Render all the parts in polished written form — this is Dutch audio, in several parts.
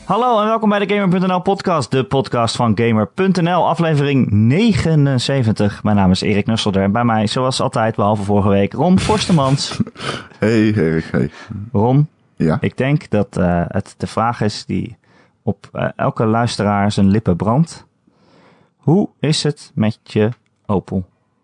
Hallo en welkom bij de Gamer.nl podcast, de podcast van Gamer.nl, aflevering 79. Mijn naam is Erik Nusselder en bij mij, zoals altijd, behalve vorige week, Ron Forstemans. Hey Erik, hey. Ron, ja? Ik denk dat het de vraag is die op elke luisteraar zijn lippen brandt. Hoe is het met je Opel?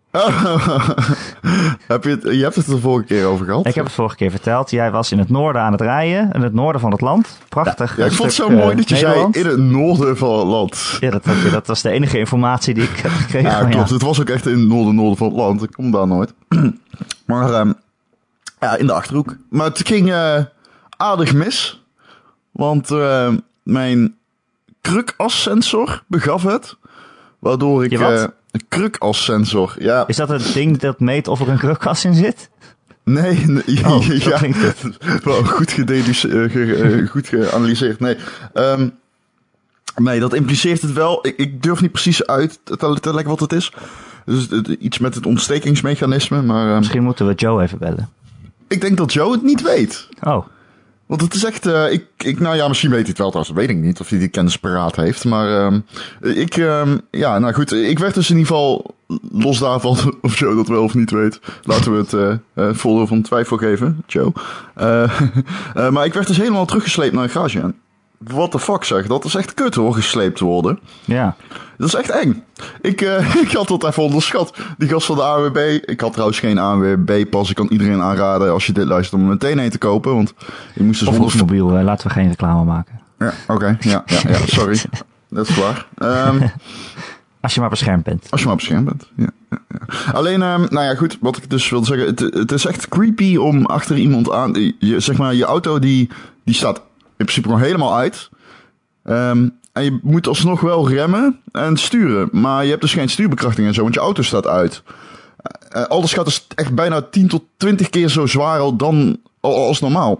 Je hebt het er vorige keer over gehad. Ik heb het vorige keer verteld. Jij was in het noorden aan het rijden. In het noorden van het land. Prachtig. Ja, ik vond het zo mooi dat je Nederland. zei in het noorden van het land. Ja, dat was de enige informatie die ik heb gekregen. Ja, klopt. Het was ook echt in het noorden van het land. Ik kom daar nooit. Maar ja, in de Achterhoek. Maar het ging aardig mis. Want mijn krukassensor begaf het. Waardoor ik... een krukassensor, ja. Is dat het ding dat meet of er een krukas in zit? Nee, ja, klinkt het. Wel goed goed geanalyseerd. Nee, nee, dat impliceert het wel. Ik durf niet precies uit te leggen wat het is. Dus iets met het ontstekingsmechanisme, maar... Misschien moeten we Joe even bellen. Ik denk dat Joe het niet weet. Oh. Want het is echt... nou ja, misschien weet hij het wel trouwens. Dat weet ik niet of hij die kennis paraat heeft. Maar ja, nou goed. Ik werd dus in ieder geval... Los daarvan of Joe dat wel of niet weet. Laten we het voordeel van twijfel geven. Joe. Maar ik werd dus helemaal teruggesleept naar een garage. What the fuck zeg. Dat is echt kut hoor, gesleept te worden. Ja. Dat is echt eng. Ik had dat even onderschat. Die gast van de ANWB. Ik had trouwens geen ANWB-pas. Ik kan iedereen aanraden als je dit luistert om meteen een te kopen. Want je moest dus... Of ons mobiel. Laten we geen reclame maken. Ja, oké. Ja, sorry. Dat is waar. Als je maar beschermd bent. Als je maar beschermd bent, ja. Alleen, nou ja, goed. Wat ik dus wilde zeggen. Het is echt creepy om achter iemand aan... zeg maar, je auto die staat in principe gewoon helemaal uit. En je moet alsnog wel remmen en sturen. Maar je hebt dus geen stuurbekrachting en zo, want je auto staat uit. Alles gaat dus echt bijna 10 tot 20 keer zo zwaar dan als normaal.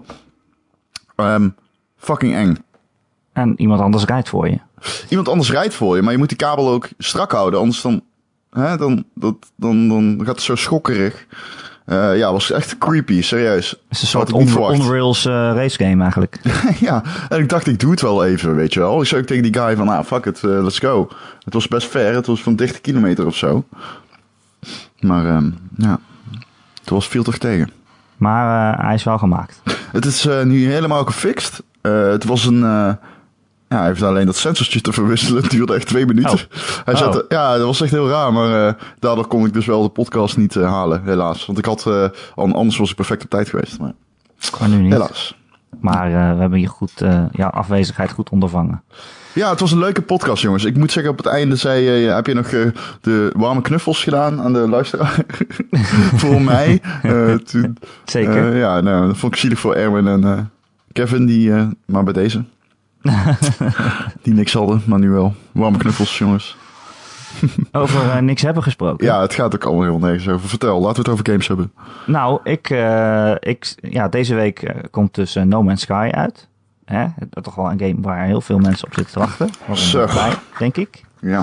Fucking eng. En iemand anders rijdt voor je. Iemand anders rijdt voor je, maar je moet die kabel ook strak houden. Anders dan gaat het zo schokkerig. Ja, was echt creepy, serieus. Het is een soort on-rails race game eigenlijk. Ja, en ik dacht, ik doe het wel even, weet je wel. Ik zei ook tegen die guy van, fuck it, let's go. Het was best ver, het was van 30 kilometer of zo. Maar, ja, het was veel toch tegen. Maar hij is wel gemaakt. Het is nu helemaal gefixt. Het was een... Ja, hij heeft alleen dat sensortje te verwisselen. Het duurde echt 2 minuten. Hij zette, ja, dat was echt heel raar. Maar daardoor kon ik dus wel de podcast niet halen, helaas. Want ik had... anders was ik perfect op tijd geweest. Maar nu niet. Helaas. Maar we hebben je goed, jouw afwezigheid goed ondervangen. Ja, het was een leuke podcast, jongens. Ik moet zeggen, op het einde zei heb je nog de warme knuffels gedaan aan de luisteraar? Voor mij. Toen, Zeker. Ja, nou, dat vond ik zielig voor Erwin en Kevin, die maar bij deze... die niks hadden, maar nu wel. Warme knuffels, jongens. Over niks hebben gesproken. Ja, het gaat ook allemaal heel nergens over. Vertel, laten we het over games hebben. Nou, deze week komt dus No Man's Sky uit. Hè? Toch wel een game waar heel veel mensen op zitten te wachten. Zo. Bij, denk ik. Ja.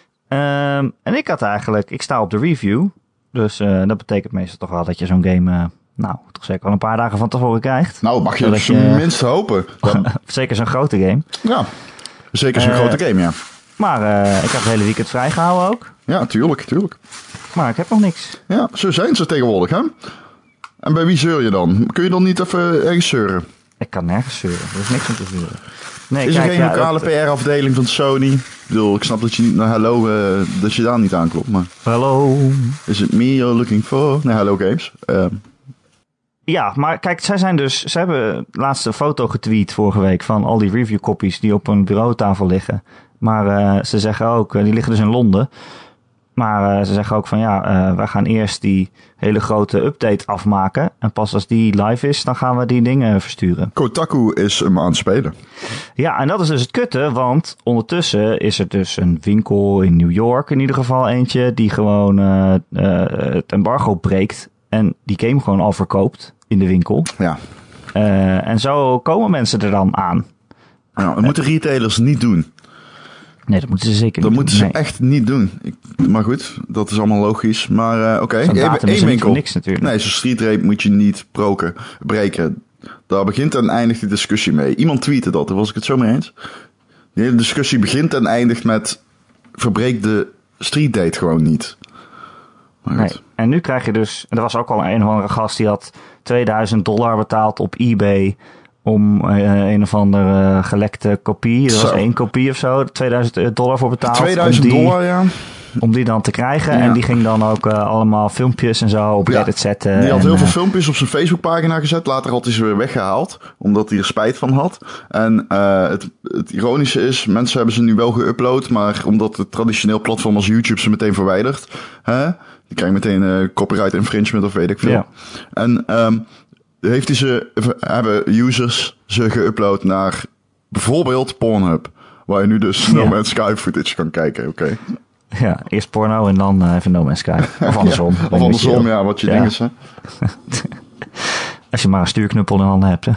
En ik sta op de review. Dus dat betekent meestal toch wel dat je zo'n game... toch zeker al een paar dagen van tevoren krijgt. Nou, mag je op zijn minst hopen. Dan... zeker zo'n grote game. Ja, zeker zo'n grote game, ja. Maar ik heb het hele weekend vrijgehouden ook. Ja, tuurlijk. Maar ik heb nog niks. Ja, zo zijn ze tegenwoordig, hè? En bij wie zeur je dan? Kun je dan niet even ergens zeuren? Ik kan nergens zeuren. Er is niks om te zeuren. Nee, is er geen lokale PR-afdeling van Sony? Ik snap dat je niet naar Hello, dat je daar niet aanklopt, maar... Hallo. Is it me you're looking for? Nee, Hello Games. Ja, maar kijk, ze hebben laatst een foto getweet vorige week van al die reviewcopies die op een bureautafel liggen. Maar ze zeggen ook, die liggen dus in Londen. Maar ze zeggen ook van wij gaan eerst die hele grote update afmaken. En pas als die live is, dan gaan we die dingen versturen. Kotaku is hem aan het spelen. Ja, en dat is dus het kutte, want ondertussen is er dus een winkel in New York, in ieder geval eentje, die gewoon het embargo breekt en die game gewoon al verkoopt in de winkel. Ja. En zo komen mensen er dan aan. Nou, dat moeten retailers niet doen. Nee, dat moeten ze zeker niet doen. Dat moeten ze echt niet doen. Maar goed, dat is allemaal logisch. Maar oké. Zo'n datum is er niet voor niks natuurlijk. Nee, zo'n street rape moet je niet breken. Daar begint en eindigt die discussie mee. Iemand tweette dat, daar was ik het zo mee eens. Die hele discussie begint en eindigt met... verbreek de street date gewoon niet. Nee. En nu krijg je dus... Er was ook al een of andere gast die had $2000 betaald op eBay... om een of andere gelekte kopie. Er was 1 kopie of zo. $2000 voor betaald. $2000, ja. Om die dan te krijgen. Ja. En die ging dan ook allemaal filmpjes en zo op Reddit zetten. Die had heel veel filmpjes op zijn Facebookpagina gezet. Later had hij ze weer weggehaald. Omdat hij er spijt van had. En het ironische is, mensen hebben ze nu wel geüpload. Maar omdat het traditioneel platform als YouTube ze meteen verwijdert. Die krijg je meteen copyright infringement of weet ik veel. Ja. En hebben users ze geüpload naar bijvoorbeeld Pornhub. Waar je nu dus No Man's Sky footage kan kijken. Oké. Ja, eerst porno en dan even No Man's Sky. Of andersom. Of andersom, ja, wat je ding is, hè. Als je maar een stuurknuppel in de handen hebt, hè.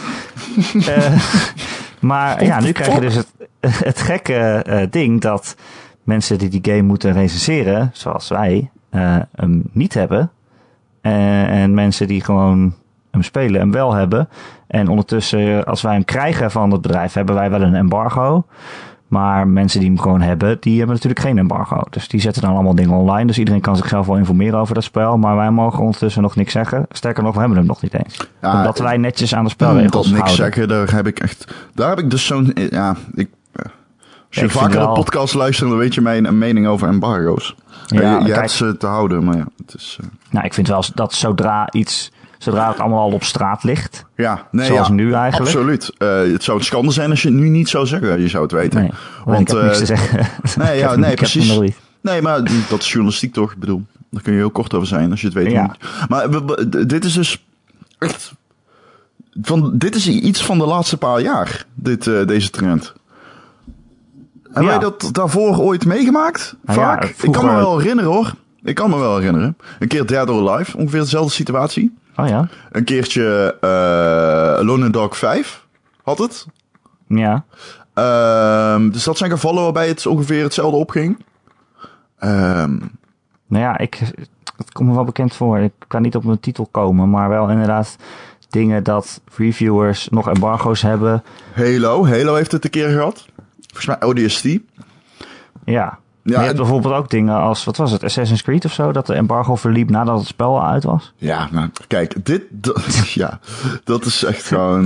Maar ja, nu krijg je dus het gekke ding dat mensen die game moeten recenseren, zoals wij, hem niet hebben. En mensen die gewoon hem spelen hem wel hebben. En ondertussen, als wij hem krijgen van het bedrijf, hebben wij wel een embargo. Maar mensen die hem gewoon hebben, die hebben natuurlijk geen embargo. Dus die zetten dan allemaal dingen online. Dus iedereen kan zichzelf wel informeren over dat spel. Maar wij mogen ondertussen nog niks zeggen. Sterker nog, we hebben hem nog niet eens. Ja, omdat wij netjes aan de spelregels houden. Niks zeggen, daar heb ik dus zo'n... Ja, als je vaker de podcast luistert, dan weet je mijn mening over embargo's. Ja, je hebt ze te houden, maar ja, het is... Nou, ik vind wel dat zodra het allemaal al op straat ligt. Ja, nee, zoals nu eigenlijk. Absoluut. Het zou een schande zijn als je het nu niet zou zeggen. Je zou het weten. Nee, want ik heb niks te zeggen. Nee, precies. Nee, maar dat is journalistiek toch? Ik bedoel, daar kun je heel kort over zijn als je het weet. Ja. Maar dit is dus echt... Dit is iets van de laatste paar jaar, deze trend. Hebben wij dat daarvoor ooit meegemaakt? Vaak? Ja, ik kan me wel herinneren, hoor. Een keer Dead or Alive, ongeveer dezelfde situatie. Oh ja. Een keertje Alone in the Dark 5 had het. Ja. Dus dat zijn gevallen waarbij het ongeveer hetzelfde opging. Nou ja, het komt me wel bekend voor. Ik kan niet op mijn titel komen, maar wel inderdaad dingen dat reviewers nog embargo's hebben. Halo heeft het een keer gehad. Volgens mij ODST. Ja. Je hebt bijvoorbeeld ook dingen als, wat was het, Assassin's Creed of zo, dat de embargo verliep nadat het spel al uit was. Ja, maar kijk, dat is echt gewoon,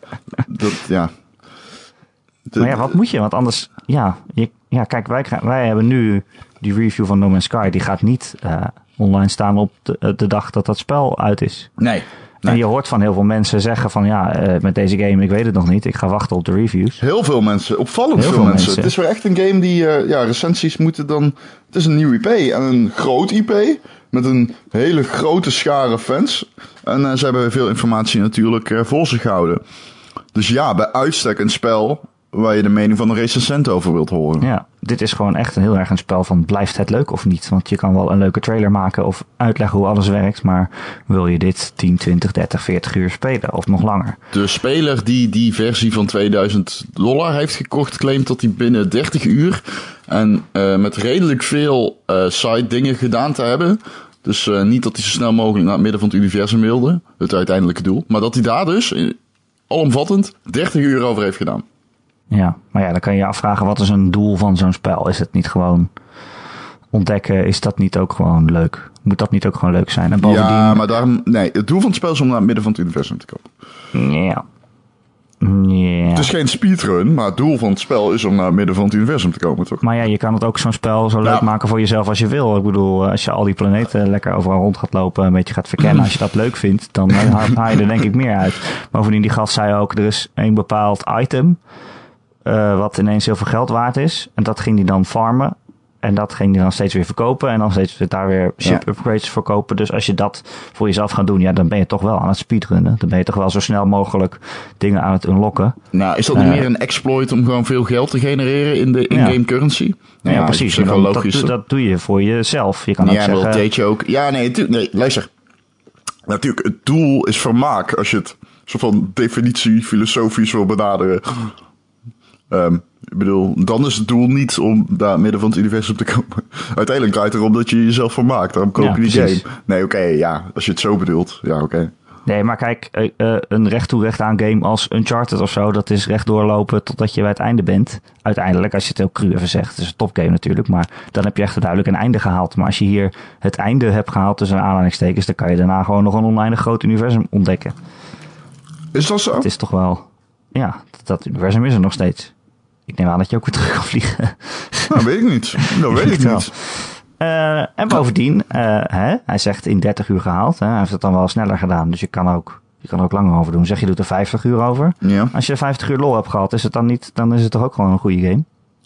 Maar ja, wat moet je? Want anders, kijk, wij hebben nu die review van No Man's Sky, die gaat niet online staan op de dag dat spel uit is. Nee. En je hoort van heel veel mensen zeggen van met deze game, ik weet het nog niet. Ik ga wachten op de reviews. Heel veel mensen, opvallend veel mensen. Het is weer echt een game die, recensies moeten dan... Het is een nieuw IP en een groot IP met een hele grote schare fans. En ze hebben veel informatie natuurlijk voor zich gehouden. Dus ja, bij uitstek een spel waar je de mening van een recensent over wilt horen. Ja, dit is gewoon echt heel erg een spel van blijft het leuk of niet? Want je kan wel een leuke trailer maken of uitleggen hoe alles werkt, maar wil je dit 10, 20, 30, 40 uur spelen of nog langer? De speler die versie van $2000 heeft gekocht, claimt dat hij binnen 30 uur en met redelijk veel side dingen gedaan te hebben. Dus niet dat hij zo snel mogelijk naar het midden van het universum wilde, het uiteindelijke doel, maar dat hij daar dus alomvattend 30 uur over heeft gedaan. Ja, maar ja, dan kan je je afvragen, wat is een doel van zo'n spel? Is het niet gewoon ontdekken? Is dat niet ook gewoon leuk? Moet dat niet ook gewoon leuk zijn? En bovendien... Ja, maar daarom... Nee, het doel van het spel is om naar het midden van het universum te komen. Ja. Het is geen speedrun, maar het doel van het spel is om naar het midden van het universum te komen, toch? Maar ja, je kan het ook zo'n spel zo leuk maken voor jezelf als je wil. Ik bedoel, als je al die planeten lekker overal rond gaat lopen, een beetje gaat verkennen, als je dat leuk vindt, dan haal je er denk ik meer uit. Bovendien, die gast zei ook, er is een bepaald item... wat ineens heel veel geld waard is. En dat ging hij dan farmen. En dat ging hij dan steeds weer verkopen. En dan steeds daar weer ship upgrades verkopen. Dus als je dat voor jezelf gaat doen, dan ben je toch wel aan het speedrunnen. Dan ben je toch wel zo snel mogelijk dingen aan het unlocken. Nou, is dat niet meer een exploit om gewoon veel geld te genereren in de in-game currency? Nou, ja, precies. Dat doe je voor jezelf. Je kan ook zeggen... dat deed je ook. Ja, nee, luister. Natuurlijk, het doel is vermaak. Als je het soort van definitie filosofisch wil benaderen... ik bedoel, dan is het doel niet om daar midden van het universum te komen. Uiteindelijk draait het erom dat je jezelf vermaakt. Daarom koop je die game. Nee, oké, als je het zo bedoelt. Ja, oké. Nee, maar kijk, een recht toe recht aan game als Uncharted of zo, dat is recht doorlopen totdat je bij het einde bent. Uiteindelijk, als je het heel cru even zegt, het is een topgame natuurlijk, maar dan heb je echt duidelijk een einde gehaald. Maar als je hier het einde hebt gehaald tussen aanhalingstekens, dan kan je daarna gewoon nog een oneindig groot universum ontdekken. Is dat zo? Het is toch wel, ja, dat universum is er nog steeds. Ik neem aan dat je ook weer terug kan vliegen. Nou, weet ik niet. Dat weet ik niet. En bovendien, hij zegt in 30 uur gehaald. Hij heeft het dan wel sneller gedaan, dus je kan er ook langer over doen. Zeg je doet er 50 uur over. Ja. Als je 50 uur lol hebt gehad, is het dan niet, dan is het toch ook gewoon een goede game?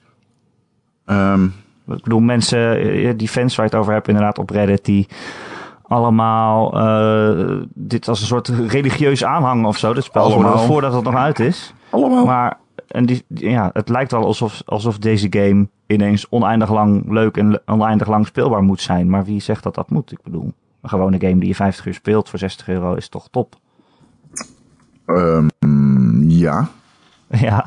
Ik bedoel, mensen, die fans waar je het over hebt inderdaad op Reddit, die allemaal dit als een soort religieus aanhangen of zo. Dit spel voordat het nog uit is. Allemaal. Maar het lijkt wel alsof deze game ineens oneindig lang leuk en oneindig lang speelbaar moet zijn. Maar wie zegt dat dat moet? Ik bedoel, een gewone game die je 50 uur speelt voor €60 is toch top? Ja. Ja.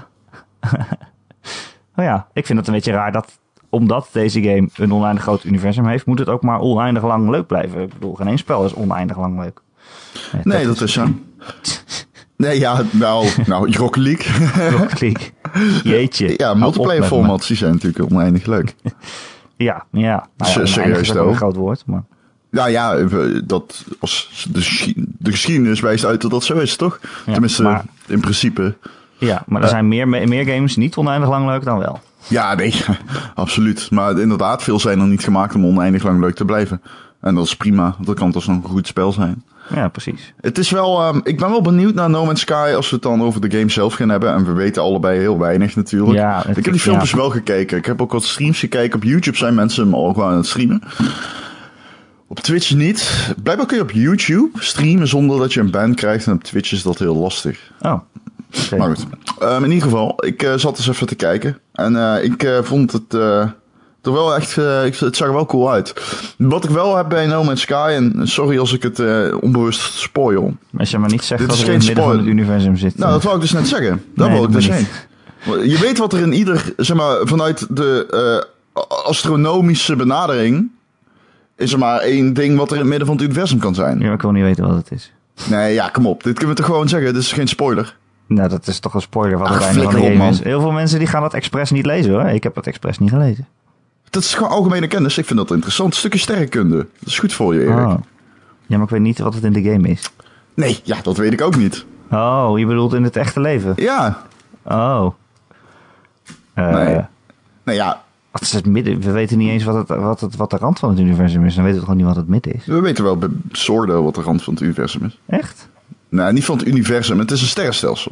Nou ja, ik vind het een beetje raar dat omdat deze game een oneindig groot universum heeft, moet het ook maar oneindig lang leuk blijven. Ik bedoel, geen één spel is oneindig lang leuk. Nee, dat is zo. Nee, ja, nou, Rocket League. Rocket League. Jeetje. Ja, multiplayer formats, die zijn natuurlijk oneindig leuk. Ja. Nou ja, serieus is ook een groot woord, maar... Nou ja, dat als de geschiedenis wijst uit dat dat zo is, toch? Ja, tenminste, in principe. Ja, maar er zijn meer games niet oneindig lang leuk dan wel. Ja, nee, absoluut. Maar inderdaad, veel zijn er niet gemaakt om oneindig lang leuk te blijven. En dat is prima. Dat kan toch nog een goed spel zijn. Ja, precies. Het is wel, ik ben wel benieuwd naar No Man's Sky als we het dan over de game zelf gaan hebben. En we weten allebei heel weinig natuurlijk. Ja, ik heb die filmpjes wel gekeken. Ik heb ook wat streams gekeken. Op YouTube zijn mensen hem al gewoon aan het streamen. Op Twitch niet. Blijkbaar kun je op YouTube streamen zonder dat je een ban krijgt. En op Twitch is dat heel lastig. Oh, okay. Maar goed. In ieder geval, ik zat eens even te kijken. En ik vond het toch wel echt... het zag er wel cool uit. Wat ik wel heb bij No Man's Sky... En sorry als ik het onbewust spoil. Als je maar niet zegt dat het in het midden van het universum zit. Nou, dat wou ik dus net zeggen. Daar wou ik dus heen. Je weet wat er in ieder... Zeg maar, vanuit de astronomische benadering... is er maar één ding wat er in het midden van het universum kan zijn. Ja, maar ik wil niet weten wat het is. Nee, ja, kom op. Dit kunnen we toch gewoon zeggen. Dit is geen spoiler. Nou, dat is toch een spoiler wat het einde van de game is. Heel veel mensen die gaan dat expres niet lezen, hoor. Ik heb het expres niet gelezen. Dat is gewoon algemene kennis. Ik vind dat interessant. Een stukje sterrenkunde. Dat is goed voor je, Erik. Oh. Ja, maar ik weet niet wat het in de game is. Nee, ja, dat weet ik ook niet. Oh, je bedoelt in het echte leven? Ja. Oh. Nee, ja... Wat is het midden? We weten niet eens wat de rand van het universum is. Dan weten we gewoon niet wat het midden is. We weten wel bij soorten wat de rand van het universum is. Echt? Nee, niet van het universum. Het is een sterrenstelsel.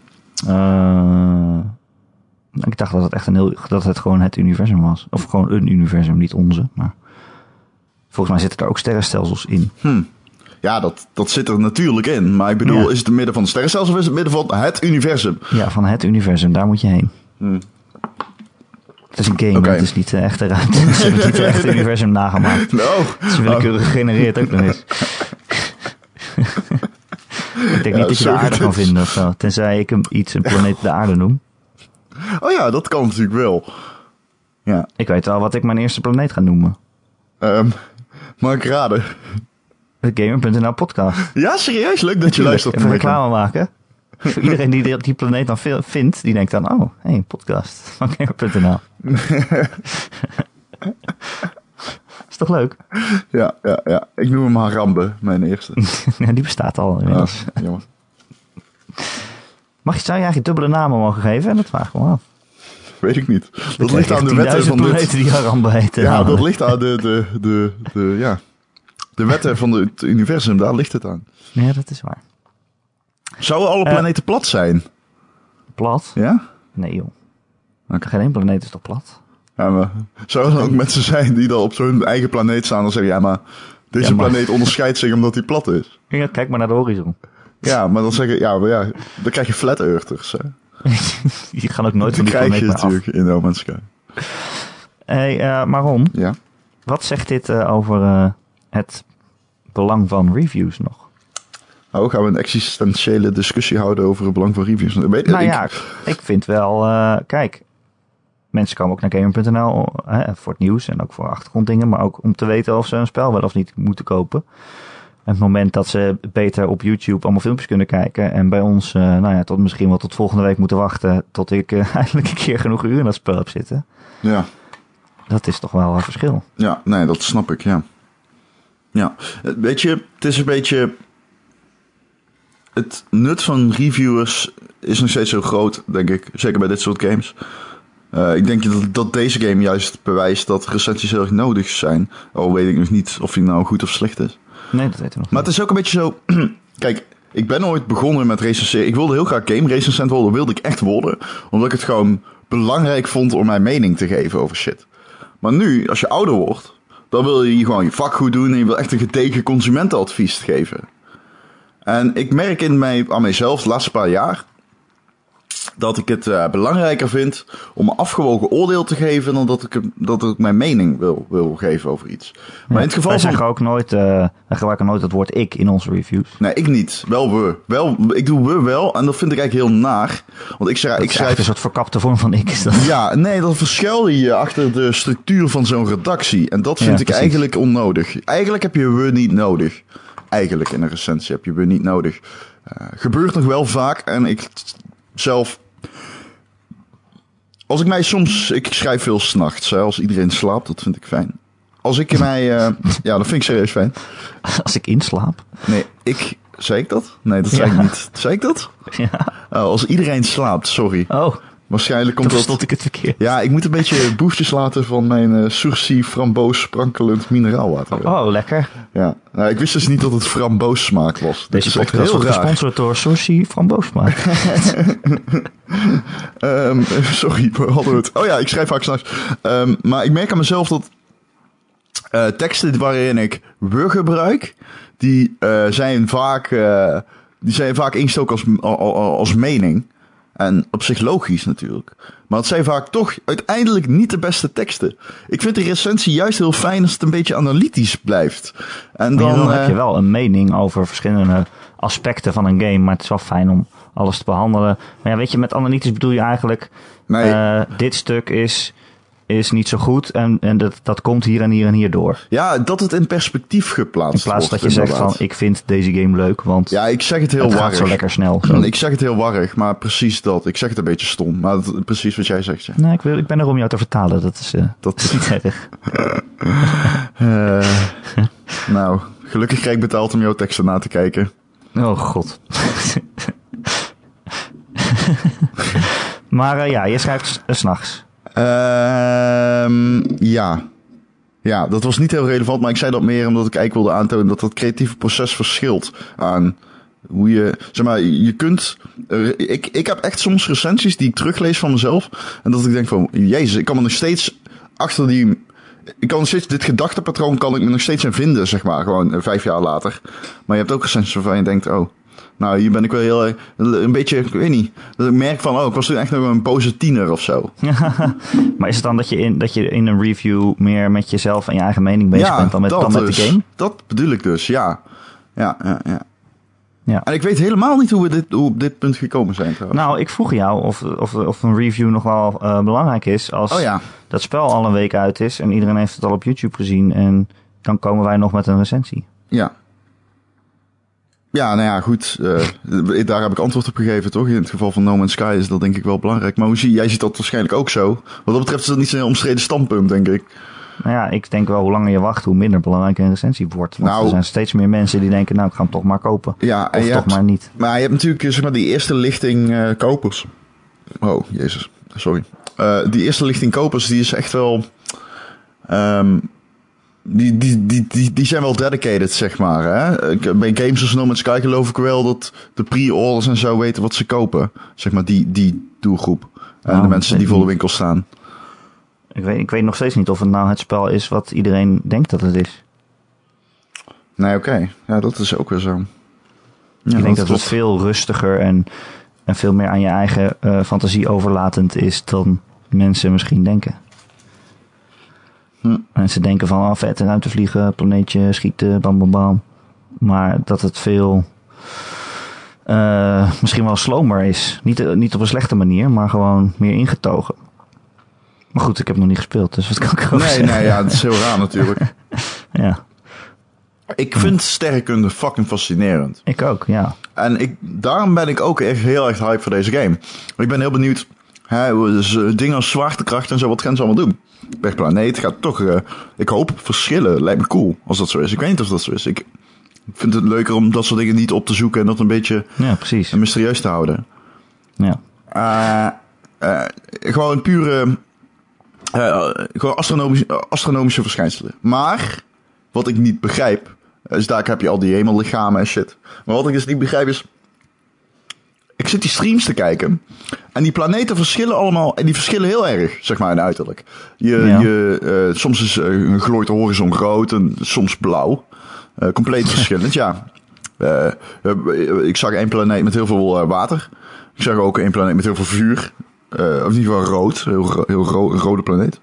Ik dacht dat het echt dat het gewoon het universum was. Of gewoon een universum, niet onze. Maar volgens mij zitten er ook sterrenstelsels in. Ja, dat zit er natuurlijk in. Maar ik bedoel, is het het midden van het sterrenstelsel of is het midden van het universum? Ja, van het universum. Daar moet je heen. Het is een game, het is niet de echte ruimte. Ze hebben niet het echte universum nagemaakt. Ze willekeurig gegenereerd ook nog eens. Ik denk niet dat je de aarde kan vinden of zo. Tenzij ik een planeet de aarde noem. Oh ja, dat kan natuurlijk wel. Ja. Ik weet wel wat ik mijn eerste planeet ga noemen. Mag ik raden? De Gamer.nl podcast. Ja, serieus? Leuk dat je luistert. Even reclame maken. Voor iedereen die planeet dan vindt, die denkt dan, oh, hey, een podcast van Gamer.nl. Is toch leuk? Ja. Ik noem hem Harambe, mijn eerste. Ja, die bestaat al inmiddels. Oh, jammer. Zou je eigenlijk dubbele namen mogen geven? En dat vraag ik me af. Weet ik niet. Dat ligt aan de wetten van planeten die Harambe heten. Ja, dat ligt aan de wetten van het universum. Daar ligt het aan. Ja, dat is waar. Zouden alle planeten plat zijn? Plat? Ja? Nee, joh. Geen één planeet is toch plat? Ja, maar zouden er ook mensen zijn die dan op zo'n eigen planeet staan en zeggen... Ja, maar deze planeet onderscheidt zich omdat hij plat is. Ja, kijk maar naar de horizon. Ja, maar dan zeggen... dan krijg je flat earthers, hè. Die gaan ook nooit van die planeet meer af. natuurlijk in No Man's Sky. Hey, Maron. Ja? Wat zegt dit over het belang van reviews nog? Nou, gaan we een existentiële discussie houden over het belang van reviews? Ik vind wel... kijk, mensen komen ook naar Gamer.nl voor het nieuws en ook voor achtergronddingen, maar ook om te weten of ze een spel wel of niet moeten kopen. het moment dat ze beter op YouTube allemaal filmpjes kunnen kijken. En bij ons, tot misschien wel tot volgende week moeten wachten. Tot ik eindelijk een keer genoeg uren in dat spel heb zitten. Ja. Dat is toch wel een verschil. Ja, nee, dat snap ik, ja. Ja, weet je, het is een beetje... Het nut van reviewers is nog steeds zo groot, denk ik. Zeker bij dit soort games. Ik denk dat deze game juist bewijst dat recensies heel erg nodig zijn. Al weet ik nog niet of die nou goed of slecht is. Nee, dat weten we nog Maar het is ook een beetje zo... Kijk, ik ben ooit begonnen met recenseren. Ik wilde heel graag game recensent worden. Wilde ik echt worden. Omdat ik het gewoon belangrijk vond om mijn mening te geven over shit. Maar nu, als je ouder wordt... dan wil je gewoon je vak goed doen... en je wil echt een gedegen consumentenadvies geven. En ik merk aan mijzelf de laatste paar jaar... dat ik het belangrijker vind om een afgewogen oordeel te geven... dan dat ik mijn mening wil geven over iets. Maar in het geval wij zeggen ook nooit, wij gebruiken nooit het woord ik in onze reviews. Nee, ik niet. Wel we. Ik doe we wel en dat vind ik eigenlijk heel naar. Want ik schrijf een soort verkapte vorm van ik is dat. Ja, nee, dan verschuil je je achter de structuur van zo'n redactie. En dat vind ik eigenlijk onnodig. Eigenlijk heb je we niet nodig. Eigenlijk in een recensie heb je we niet nodig. Gebeurt nog wel vaak en ik zelf... Als ik mij soms... Ik schrijf veel 's nachts, als iedereen slaapt, dat vind ik fijn. Als ik mij... ja, dat vind ik serieus fijn. Als ik inslaap? Nee, zei ik dat? Nee, dat zei ik niet. Zei ik dat? Ja. Als iedereen slaapt, sorry. Oh. Waarschijnlijk komt dat... verstond ik het verkeerd. Ja, ik moet een beetje boefjes laten van mijn Sourcy framboos sprankelend mineraalwater. Oh, lekker. Ja, nou, ik wist dus niet dat het framboos smaak was. Deze podcast wordt gesponsord door Sourcy framboos smaak. Sorry, we hadden het. Oh ja, ik schrijf vaak 's nachts. Maar ik merk aan mezelf dat teksten waarin ik we gebruik, die zijn vaak ingestoken als mening. En op zich logisch natuurlijk. Maar het zijn vaak toch uiteindelijk niet de beste teksten. Ik vind de recensie juist heel fijn als het een beetje analytisch blijft. En dan heb je wel een mening over verschillende aspecten van een game. Maar het is wel fijn om alles te behandelen. Maar ja, weet je, met analytisch bedoel je eigenlijk... Nee. Dit stuk is niet zo goed en dat komt hier en hier en hier door. Ja, dat het in perspectief geplaatst wordt. In plaats dat je zegt van, ik vind deze game leuk, want ja, ik zeg het heel warrig. Gaat zo lekker snel. Zo. Ik zeg het heel warrig, maar precies dat. Ik zeg het een beetje stom, maar precies wat jij zegt. Ja. Nee, ik ben er om jou te vertalen. Dat is niet erg. Nou, gelukkig krijg ik betaald om jouw teksten na te kijken. Oh god. Maar je schrijft 's nachts. Ja, dat was niet heel relevant, maar ik zei dat meer omdat ik eigenlijk wilde aantonen dat het creatieve proces verschilt aan hoe je, zeg maar, je kunt, ik heb echt soms recensies die ik teruglees van mezelf en dat ik denk van, jezus, ik kan me nog steeds dit gedachtepatroon kan ik me nog steeds in vinden, zeg maar, gewoon 5 jaar later. Maar je hebt ook recensies waarvan je denkt, oh, nou, hier ben ik wel heel een beetje, ik weet niet, dat ik merk van, ik was toen echt nog een boze tiener of zo. Maar is het dan dat je in een review meer met jezelf en je eigen mening bezig bent dan met de game? Dat bedoel ik dus, ja. En ik weet helemaal niet hoe we op dit punt gekomen zijn trouwens. Nou, ik vroeg jou of een review nog wel belangrijk is als dat spel al een week uit is en iedereen heeft het al op YouTube gezien en dan komen wij nog met een recensie. Ja. Ja, nou ja, goed. Daar heb ik antwoord op gegeven, toch? In het geval van No Man's Sky is dat denk ik wel belangrijk. Maar jij ziet dat waarschijnlijk ook zo. Wat dat betreft is dat niet zo'n omstreden standpunt, denk ik. Nou ja, ik denk wel hoe langer je wacht, hoe minder belangrijk een recensie wordt. Want er zijn steeds meer mensen die denken, nou, ik ga hem toch maar kopen. Ja, of toch maar niet. Maar je hebt natuurlijk, zeg maar, die eerste lichting kopers. Oh, jezus. Sorry. Die eerste lichting kopers, die is echt wel... Die zijn wel dedicated, zeg maar. Hè? Bij games als No Man's Sky geloof ik wel dat de pre-orders en zo weten wat ze kopen. Zeg maar die doelgroep. En de mensen die voor de winkel staan. Ik weet nog steeds niet of het nou het spel is wat iedereen denkt dat het is. Nee, oké. Ja, dat is ook weer zo. Ja, ik denk dat het veel rustiger en veel meer aan je eigen fantasie overlatend is dan mensen misschien denken. Mensen denken van, vet, ruimte vliegen, planeetje, schieten, bam bam bam. Maar dat het veel misschien wel slomer is. Niet op een slechte manier, maar gewoon meer ingetogen. Maar goed, ik heb nog niet gespeeld, dus wat kan ik ook zeggen? Nee, ja, het is heel raar natuurlijk. Ja. Ik vind sterrenkunde fucking fascinerend. Ik ook, ja. En daarom ben ik ook echt heel erg hype voor deze game. Ik ben heel benieuwd, dus, dingen als zwaartekracht en zo, wat gaan ze allemaal doen? Per planeet gaat toch, ik hoop, verschillen. Lijkt me cool als dat zo is. Ik weet niet of dat zo is. Ik vind het leuker om dat soort dingen niet op te zoeken en dat een beetje mysterieus te houden. Ja. Gewoon pure gewoon astronomische verschijnselen. Maar wat ik niet begrijp, dus daar heb je al die hemellichamen en shit. Maar wat ik dus niet begrijp is, ik zit die streams te kijken en die planeten verschillen allemaal en die verschillen heel erg, zeg maar, in uiterlijk. Soms is glooit de horizon rood en soms blauw. Compleet verschillend, ja. Ik zag één planeet met heel veel water. Ik zag ook één planeet met heel veel vuur. Of in ieder geval rood. Heel rode planeet.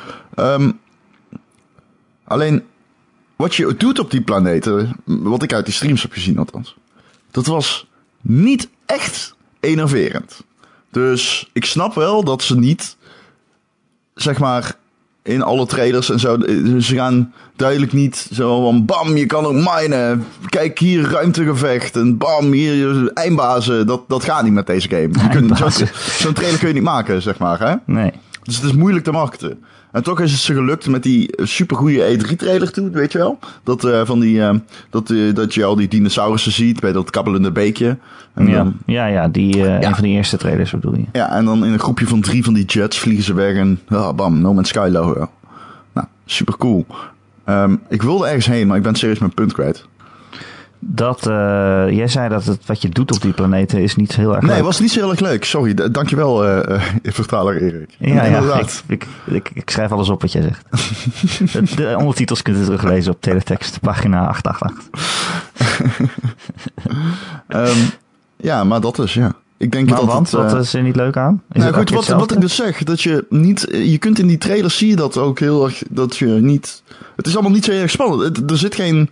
Alleen, wat je doet op die planeten, wat ik uit die streams heb gezien althans, dat was niet echt enerverend. Dus ik snap wel dat ze niet, zeg maar, in alle trailers en zo, ze gaan duidelijk niet zo van bam, je kan ook minen. Kijk hier, ruimtegevecht en bam, hier eindbazen. Dat gaat niet met deze game. Zo'n trailer kun je niet maken, zeg maar. Hè? Nee. Dus het is moeilijk te marketen. En toch is het ze gelukt met die supergoeie E3-trailer toe, weet je wel? Dat je al die dinosaurussen ziet bij dat kabbelende beekje. En een van die eerste trailers bedoel je. Ja, en dan in een groepje van 3 van die jets vliegen ze weg en bam, No Man's Sky logo. Nou, super cool. Ik wilde ergens heen, maar ik ben serieus mijn punt kwijt. Jij zei dat wat je doet op die planeten is niet heel erg leuk. Nee, het was niet zo heel erg leuk. Sorry, dankjewel vertaler Erik. Ja, ik schrijf alles op wat jij zegt. De ondertitels kunt u teruglezen op Teletext, pagina 888. Ja, maar dat is, ja. Ik denk wat is er niet leuk aan? Nou goed, wat ik dus zeg, dat je niet, je kunt in die trailers zie je dat ook heel erg, dat je niet, het is allemaal niet zo erg spannend. Er zit geen,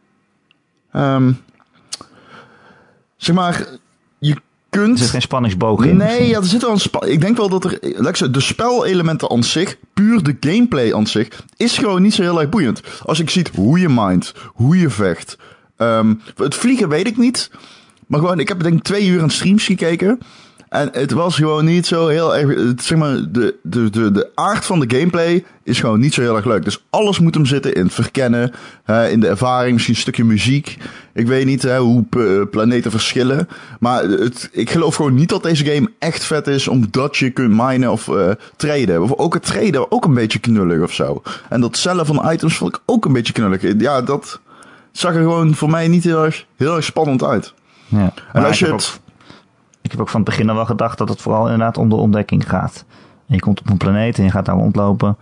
zeg maar, je kunt... Er zit geen spanningsboog in. Nee, ja, er zit wel ik denk wel dat de spelelementen aan zich, puur de gameplay aan zich, is gewoon niet zo heel erg boeiend. Als ik zie hoe je mindt, hoe je vecht. Het vliegen weet ik niet. Maar gewoon, ik heb denk ik 2 uur aan streams gekeken. En het was gewoon niet zo heel erg, zeg maar, de aard van de gameplay is gewoon niet zo heel erg leuk. Dus alles moet hem zitten in het verkennen, in de ervaring, misschien een stukje muziek. Ik weet niet hoe planeten verschillen. Maar ik geloof gewoon niet dat deze game echt vet is omdat je kunt minen of traden. Of ook het traden ook een beetje knullig of zo. En dat cellen van items vond ik ook een beetje knullig. Ja, dat zag er gewoon voor mij niet heel erg spannend uit. Ja, en als je ik heb ook van het begin al wel gedacht dat het vooral inderdaad om de ontdekking gaat. En je komt op een planeet en je gaat daar rondlopen.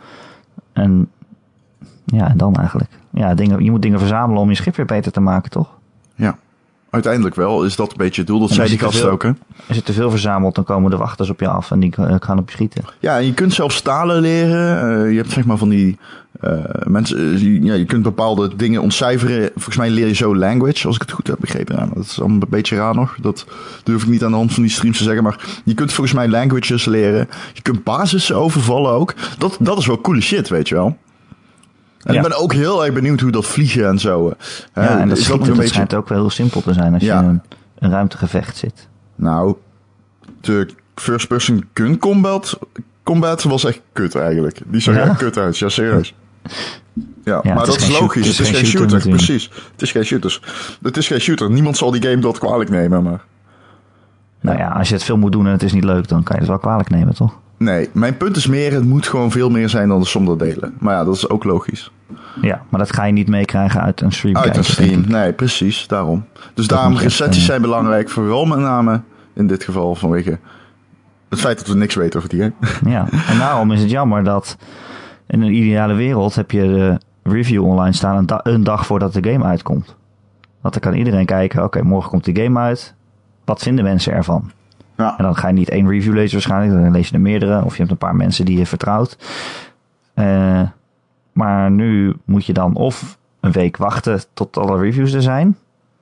En dan eigenlijk. Ja, je moet dingen verzamelen om je schip weer beter te maken, toch? Ja, uiteindelijk wel. Is dat een beetje het doel? Dat zei die gasten ook, hè? Als je te veel verzamelt, dan komen de wachters op je af en die gaan op je schieten. Ja, en je kunt zelfs stalen leren. Je hebt zeg maar van die mensen... je kunt bepaalde dingen ontcijferen. Volgens mij leer je zo language, als ik het goed heb begrepen. Ja, dat is allemaal een beetje raar nog. Dat durf ik niet aan de hand van die streams te zeggen. Maar je kunt volgens mij languages leren. Je kunt basissen overvallen ook. Dat is wel coole shit, weet je wel. En ik ben ook heel erg benieuwd hoe dat vliegen en zo. En dat schijnt ook wel heel simpel te zijn als je in een ruimtegevecht zit. Nou, de first-person gun combat was echt kut eigenlijk. Die zag echt kut uit, ja serieus. Ja, maar dat is logisch. Het is geen shooter, precies. Het is geen shooter. Het is geen shooter. Niemand zal die game dat kwalijk nemen, maar... Nou ja, als je het veel moet doen en het is niet leuk, dan kan je het wel kwalijk nemen, toch? Nee, mijn punt is meer, het moet gewoon veel meer zijn dan de som der delen. Maar ja, dat is ook logisch. Ja, maar dat ga je niet meekrijgen uit een stream. Uit een stream, nee, precies, daarom. Dus daarom, recensies zijn belangrijk, vooral met name in dit geval vanwege het feit dat we niks weten over die game. Ja, en daarom is het jammer dat in een ideale wereld heb je de review online staan een dag voordat de game uitkomt. Want dan kan iedereen kijken, oké, morgen komt die game uit. Wat vinden mensen ervan? Ja. En dan ga je niet 1 review lezen waarschijnlijk, dan lees je er meerdere. Of je hebt een paar mensen die je vertrouwt. Maar nu moet je dan of een week wachten tot alle reviews er zijn.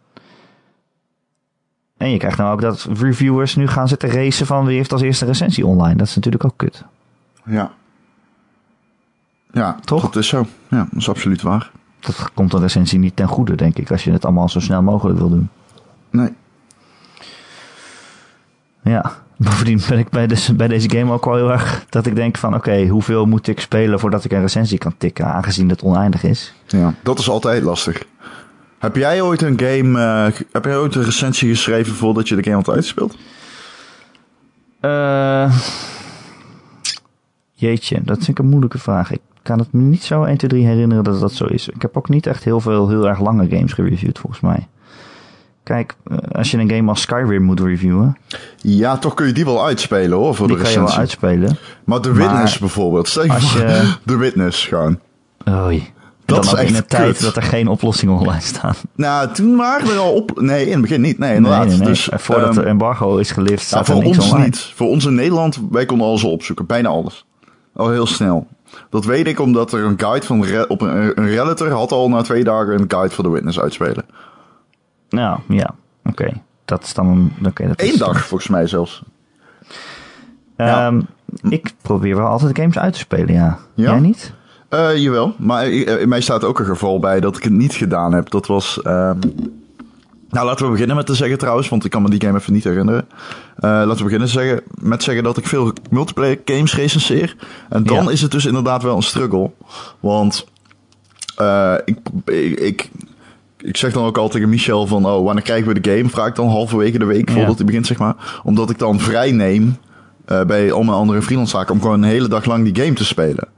En je krijgt nou ook dat reviewers nu gaan zitten racen van wie heeft als eerste recensie online. Dat is natuurlijk ook kut. Ja. Ja, toch? Dat is zo. Ja, dat is absoluut waar. dat komt een recensie niet ten goede, denk ik, als je het allemaal zo snel mogelijk wil doen. Nee. Ja, bovendien ben ik bij deze game ook wel heel erg dat ik denk van oké, hoeveel moet ik spelen voordat ik een recensie kan tikken, aangezien het oneindig is. Ja, dat is altijd lastig. Heb jij ooit een recensie geschreven voordat je de game had uitgespeeld? Jeetje, dat vind ik een moeilijke vraag. Ik kan het me niet zo 1, 2, 3 herinneren dat dat zo is. Ik heb ook niet echt heel erg lange games gereviewd, volgens mij. Kijk, als je een game als Skyrim moet reviewen... Ja, toch kun je die wel uitspelen, hoor, voor de recensie. Die kan je wel uitspelen. Maar The Witness bijvoorbeeld. Stel je voor, The Witness gewoon. Oei. Dat is ook echt in een tijd kut. dat er geen oplossingen online staan. Nou, toen waren er al Nee, in het begin niet. Nee, inderdaad. Nee. Dus, voordat de embargo is gelift, staat voor er niks ons online. niet. Voor ons in Nederland, wij konden alles opzoeken. Bijna alles. Al heel snel. Dat weet ik omdat er een guide van een Redditor had al na 2 dagen een guide voor The Witness uitspelen. Nou, ja. Oké. Dat is dan... Okay, dat 1 dag, volgens mij zelfs. Ik probeer wel altijd games uit te spelen, ja. Ja? Jij niet? Jawel, maar in mij staat ook een geval bij dat ik het niet gedaan heb. Dat was... Nou, laten we beginnen met te zeggen trouwens, want ik kan me die game even niet herinneren. Laten we beginnen met zeggen dat ik veel multiplayer games recenseer. En dan is het dus inderdaad wel een struggle. Want ik zeg dan ook altijd tegen Michel van... Oh, wanneer krijgen we de game? Vraag ik dan halverwege de week voordat hij begint, zeg maar. Omdat ik dan vrij neem bij al mijn andere freelancezaken om gewoon een hele dag lang die game te spelen.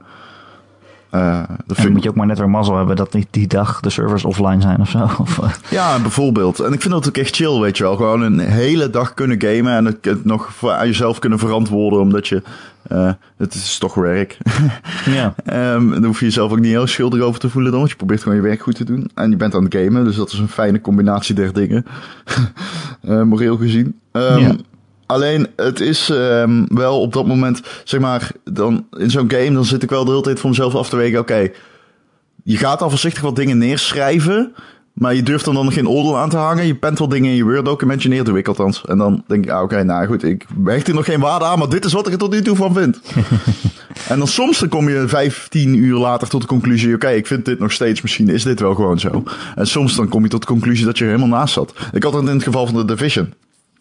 Dan moet je ook maar net weer mazzel hebben dat niet die dag de servers offline zijn of zo. Ja, bijvoorbeeld. En ik vind dat ook echt chill, weet je wel. Gewoon een hele dag kunnen gamen en het nog aan jezelf kunnen verantwoorden, omdat je... het is toch werk. Ja. Dan hoef je jezelf ook niet heel schuldig over te voelen dan, want je probeert gewoon je werk goed te doen. En je bent aan het gamen, dus dat is een fijne combinatie der dingen. Moreel gezien. Alleen, het is wel op dat moment, zeg maar, dan in zo'n game, dan zit ik wel de hele tijd voor mezelf af te wegen. Oké, je gaat al voorzichtig wat dingen neerschrijven, maar je durft er dan nog geen oordeel aan te hangen. Je pent wel dingen in je Word-documentje neer, doe ik althans. En dan denk ik, oké, nou goed, ik hecht hier nog geen waarde aan, maar dit is wat ik er tot nu toe van vind. En dan soms dan kom je 15 uur later tot de conclusie, oké, ik vind dit nog steeds, misschien is dit wel gewoon zo. En soms dan kom je tot de conclusie dat je er helemaal naast zat. Ik had het in het geval van The Division.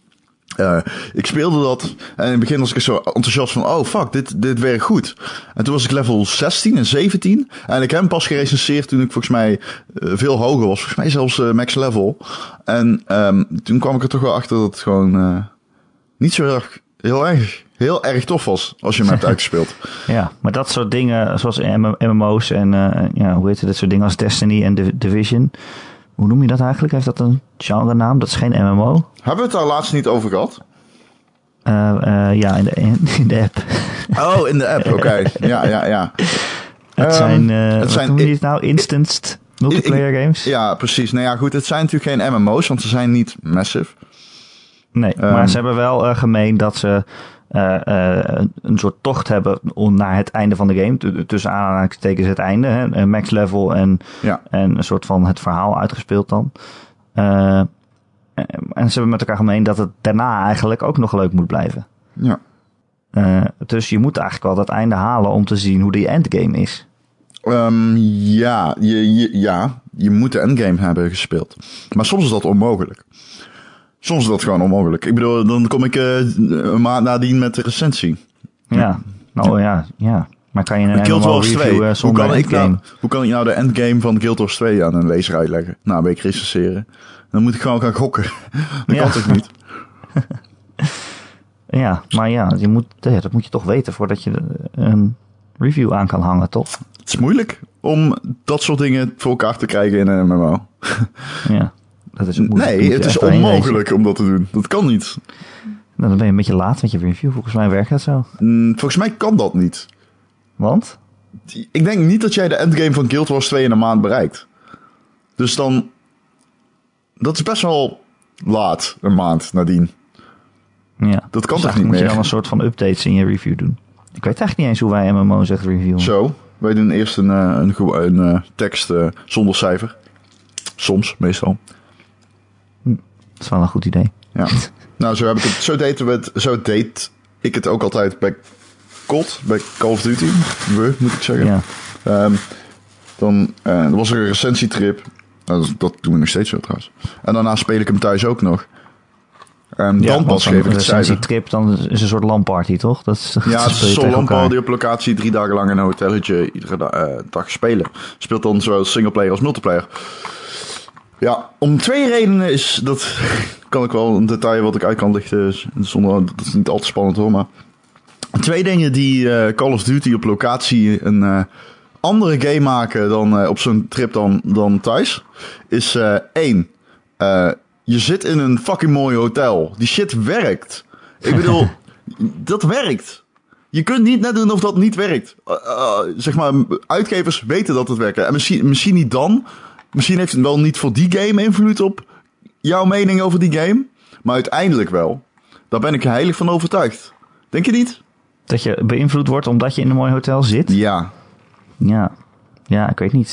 Ik speelde dat en in het begin was ik zo enthousiast van, oh fuck, dit werkt goed. En toen was ik level 16 en 17 en ik heb hem pas gerecenseerd toen ik volgens mij veel hoger was. Volgens mij zelfs max level. En toen kwam ik er toch wel achter dat het gewoon niet zo heel erg tof was als je hem hebt uitgespeeld. Ja, maar dat soort dingen zoals MMO's en hoe heet het, dat soort dingen als Destiny en Division... Hoe noem je dat eigenlijk? Heeft dat een genre naam? Dat is geen MMO. Hebben we het daar laatst niet over gehad? Ja, in de app. Oh, in de app, oké. Ja. Het zijn hoe noem je het nou? Instanced multiplayer games? Ja, precies. Nou ja, goed. Het zijn natuurlijk geen MMO's, want ze zijn niet massive. Nee, maar ze hebben wel gemeen dat ze een soort tocht hebben naar het einde van de game. Tussen aanhalingstekens het einde. Hè? Max level en een soort van het verhaal uitgespeeld dan. En ze hebben met elkaar gemeen dat het daarna eigenlijk ook nog leuk moet blijven. Ja. Dus je moet eigenlijk wel dat einde halen om te zien hoe die endgame is. Je moet de endgame hebben gespeeld. Maar soms is dat onmogelijk. Soms is dat gewoon onmogelijk. Ik bedoel, dan kom ik een maand nadien met de recensie. Ja, nou ja. Maar kan je een Guild Wars 2 zonder endgame? Hoe kan ik nou de endgame van Guild Wars 2 aan een lezer uitleggen? Nou, een week recenseren. Dan moet ik gewoon gaan gokken. Dat kan toch niet? Ja, maar dat moet je toch weten voordat je een review aan kan hangen, toch? Het is moeilijk om dat soort dingen voor elkaar te krijgen in een MMO. Ja. Dat is nee, het is onmogelijk om dat te doen. Dat kan niet. Nou, dan ben je een beetje laat met je review. Volgens mij werkt dat zo. Volgens mij kan dat niet. Want? Ik denk niet dat jij de endgame van Guild Wars 2 in een maand bereikt. Dus dan... Dat is best wel laat, een maand nadien. Ja. Dat kan dus toch niet moet meer? Je dan een soort van updates in je review doen. Ik weet echt niet eens hoe wij MMO's echt reviewen. Zo, wij doen eerst een tekst zonder cijfer. Soms, meestal. Dat is wel een goed idee. Ja. Nou, zo deed ik het ook altijd bij COD, bij Call of Duty. Moet ik zeggen. Ja. Dan was er een recensietrip. Dat doen we nog steeds zo trouwens. En daarna speel ik hem thuis ook nog. Dan pas geef ik het cijfer. Trip, dan is een soort LAN-party, toch? Het is een soort LAN-party op locatie. 3 dagen lang in een hotelletje. Iedere dag spelen. Speelt dan zowel singleplayer als multiplayer. Ja, om 2 redenen is dat... kan ik wel een detail wat ik uit kan lichten. Zonder, dat is niet al te spannend hoor, maar... 2 dingen die Call of Duty op locatie een andere game maken dan op zo'n trip dan thuis. Is 1... je zit in een fucking mooi hotel. Die shit werkt. Ik bedoel, dat werkt. Je kunt niet net doen of dat niet werkt. Zeg maar, uitgevers weten dat het werkt. En misschien niet dan. Misschien heeft het wel niet voor die game invloed op jouw mening over die game. Maar uiteindelijk wel. Daar ben ik heilig van overtuigd. Denk je niet? Dat je beïnvloed wordt omdat je in een mooi hotel zit? Ja. Ja, ik weet niet.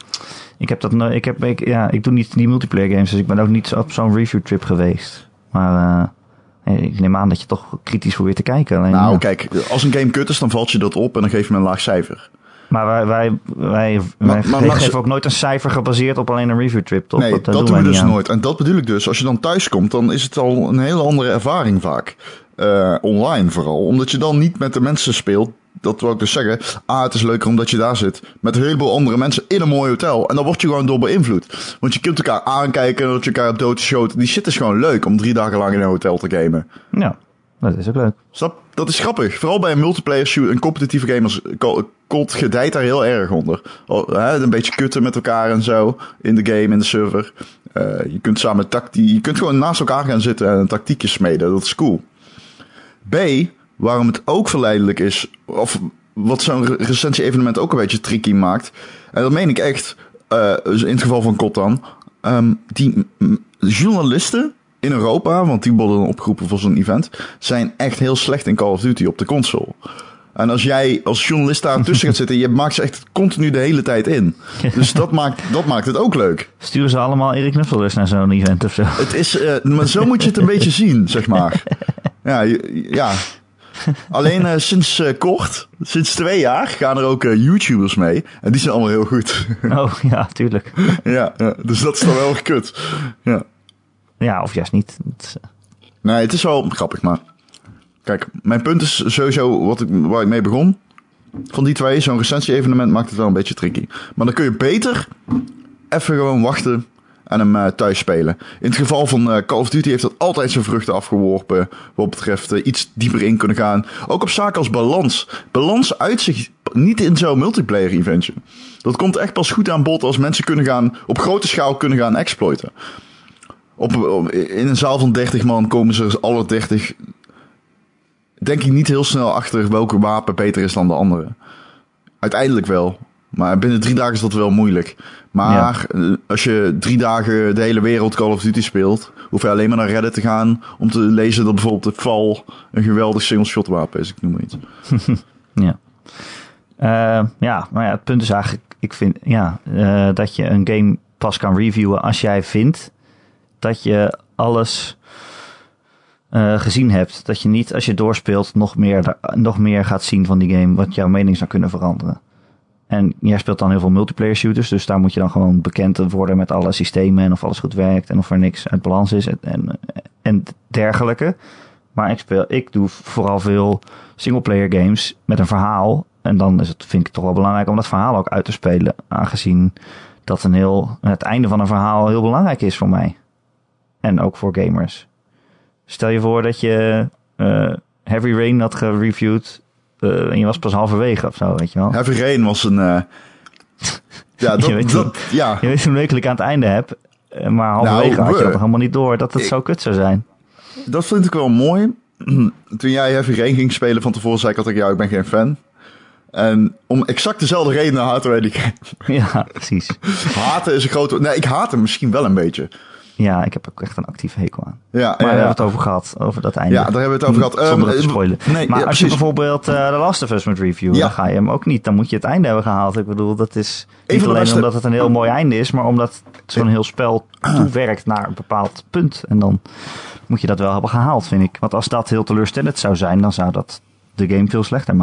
Ik doe niet die multiplayer games, dus ik ben ook niet op zo'n review trip geweest. Maar ik neem aan dat je toch kritisch probeert te kijken. Alleen, kijk, als een game kut is, dan valt je dat op en dan geef je me een laag cijfer. Maar wij geven ook nooit een cijfer gebaseerd op alleen een review trip, toch? Nee, dat doen we dus nooit. En dat bedoel ik dus. Als je dan thuis komt, dan is het al een hele andere ervaring vaak. Online vooral. Omdat je dan niet met de mensen speelt. Dat wil ik dus zeggen. Het is leuker omdat je daar zit. Met een heleboel andere mensen in een mooi hotel. En dan word je gewoon door beïnvloed. Want je kunt elkaar aankijken. Dat je elkaar op dood schoot. Die shit is gewoon leuk om 3 dagen lang in een hotel te gamen. Ja, dat is ook leuk. Snap? Dat is grappig. Vooral bij een multiplayer shoot. Een competitieve game als COD gedijt daar heel erg onder. Een beetje kutten met elkaar en zo. In de game, in de server. Je kunt samen je kunt gewoon naast elkaar gaan zitten en een tactiekje smeden. Dat is cool. B, waarom het ook verleidelijk is, of wat zo'n recensie-evenement ook een beetje tricky maakt. En dat meen ik echt, in het geval van COD dan. Die journalisten in Europa, want die worden opgeroepen voor zo'n event, zijn echt heel slecht in Call of Duty op de console. En als jij als journalist daar tussen gaat zitten, je maakt ze echt continu de hele tijd in. Dus dat maakt het ook leuk. Sturen ze allemaal Erik Nuffelers naar zo'n event of zo? Het is, maar zo moet je het een beetje zien, zeg maar. Ja. Alleen sinds kort, sinds 2 jaar, gaan er ook YouTubers mee. En die zijn allemaal heel goed. Oh, ja, tuurlijk. ja, dus dat is dan wel erg kut. Ja, of juist niet. Nee, het is wel grappig, maar... Kijk, mijn punt is sowieso waar ik mee begon. Van die 2, zo'n recensie-evenement maakt het wel een beetje tricky. Maar dan kun je beter even gewoon wachten en hem thuis spelen. In het geval van Call of Duty heeft dat altijd zijn vruchten afgeworpen. Wat betreft iets dieper in kunnen gaan. Ook op zaken als balans. Balans uit zich niet in zo'n multiplayer eventje. Dat komt echt pas goed aan bod als mensen op grote schaal kunnen gaan exploiten. In een zaal van 30 man komen ze alle 30... denk ik niet heel snel achter welke wapen beter is dan de andere. Uiteindelijk wel. Maar binnen 3 dagen is dat wel moeilijk. Maar als je 3 dagen de hele wereld Call of Duty speelt, hoef je alleen maar naar Reddit te gaan om te lezen dat bijvoorbeeld de Val een geweldig single-shot wapen is. Ik noem maar iets. Maar het punt is eigenlijk, ik vind dat je een game pas kan reviewen als jij vindt dat je alles gezien hebt. Dat je niet, als je doorspeelt, nog meer gaat zien van die game, wat jouw mening zou kunnen veranderen. En jij speelt dan heel veel multiplayer shooters, dus daar moet je dan gewoon bekend worden met alle systemen en of alles goed werkt en of er niks uit balans is en dergelijke. Maar ik doe vooral veel singleplayer games met een verhaal. En dan vind ik het toch wel belangrijk om dat verhaal ook uit te spelen, aangezien dat het einde van een verhaal heel belangrijk is voor mij. En ook voor gamers. Stel je voor dat je Heavy Rain had gereviewd en je was pas halverwege of zo, weet je wel. Heavy Rain was een... je weet hoe leuk ik aan het einde heb, maar halverwege had je dat helemaal niet door dat het zo kut zou zijn. Dat vind ik wel mooi. Toen jij Heavy Rain ging spelen van tevoren, zei ik altijd, ik ben geen fan. En om exact dezelfde reden haten wij die game. Ja, precies. Haten is een grote... Nee, ik haat hem misschien wel een beetje. Ja, ik heb ook echt een actieve hekel aan. Ja, maar daar hebben we het over gehad, over dat einde. Ja, daar hebben we het over gehad. Zonder het te spoilen. Nee, maar als je bijvoorbeeld The Last of Us moet reviewen, dan ga je hem ook niet. Dan moet je het einde hebben gehaald. Ik bedoel, dat is niet alleen omdat het een heel mooi einde is, maar omdat zo'n heel spel toewerkt naar een bepaald punt. En dan moet je dat wel hebben gehaald, vind ik. Want als dat heel teleurstellend zou zijn, dan zou dat de game veel slechter maken.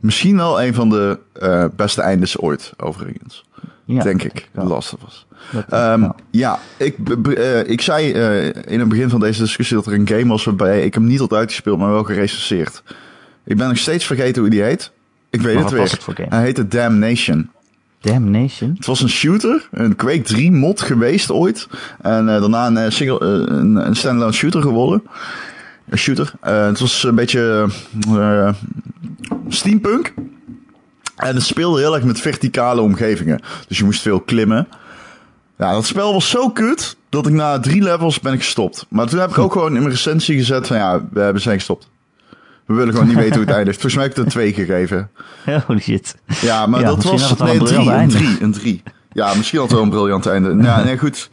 Misschien wel een van de beste eindes ooit, overigens. Ja, denk ik. wel. The Last of Us. Ja, ik zei in het begin van deze discussie dat er een game was waarbij ik hem niet had uitgespeeld, maar wel gerecenseerd. Ik ben nog steeds vergeten hoe die heet. Ik weet Maar het wat was weer. het voor game? Hij heette Damnation. Damnation? Het was een shooter, een Quake 3 mod geweest ooit. En daarna een standalone shooter geworden. Een shooter. Het was een beetje steampunk. En het speelde heel erg met verticale omgevingen. Dus je moest veel klimmen. Ja, dat spel was zo kut dat ik na 3 levels ben gestopt. Maar toen heb ik ook gewoon in mijn recensie gezet van ja, we zijn gestopt. We willen gewoon niet weten hoe het eindigt. Volgens mij heb ik er 2 gegeven. Holy shit. Ja, maar Ja, dat misschien was... had het wel een briljant einde. Een 3. Ja, misschien had het wel een briljant einde. Ja, nee, goed.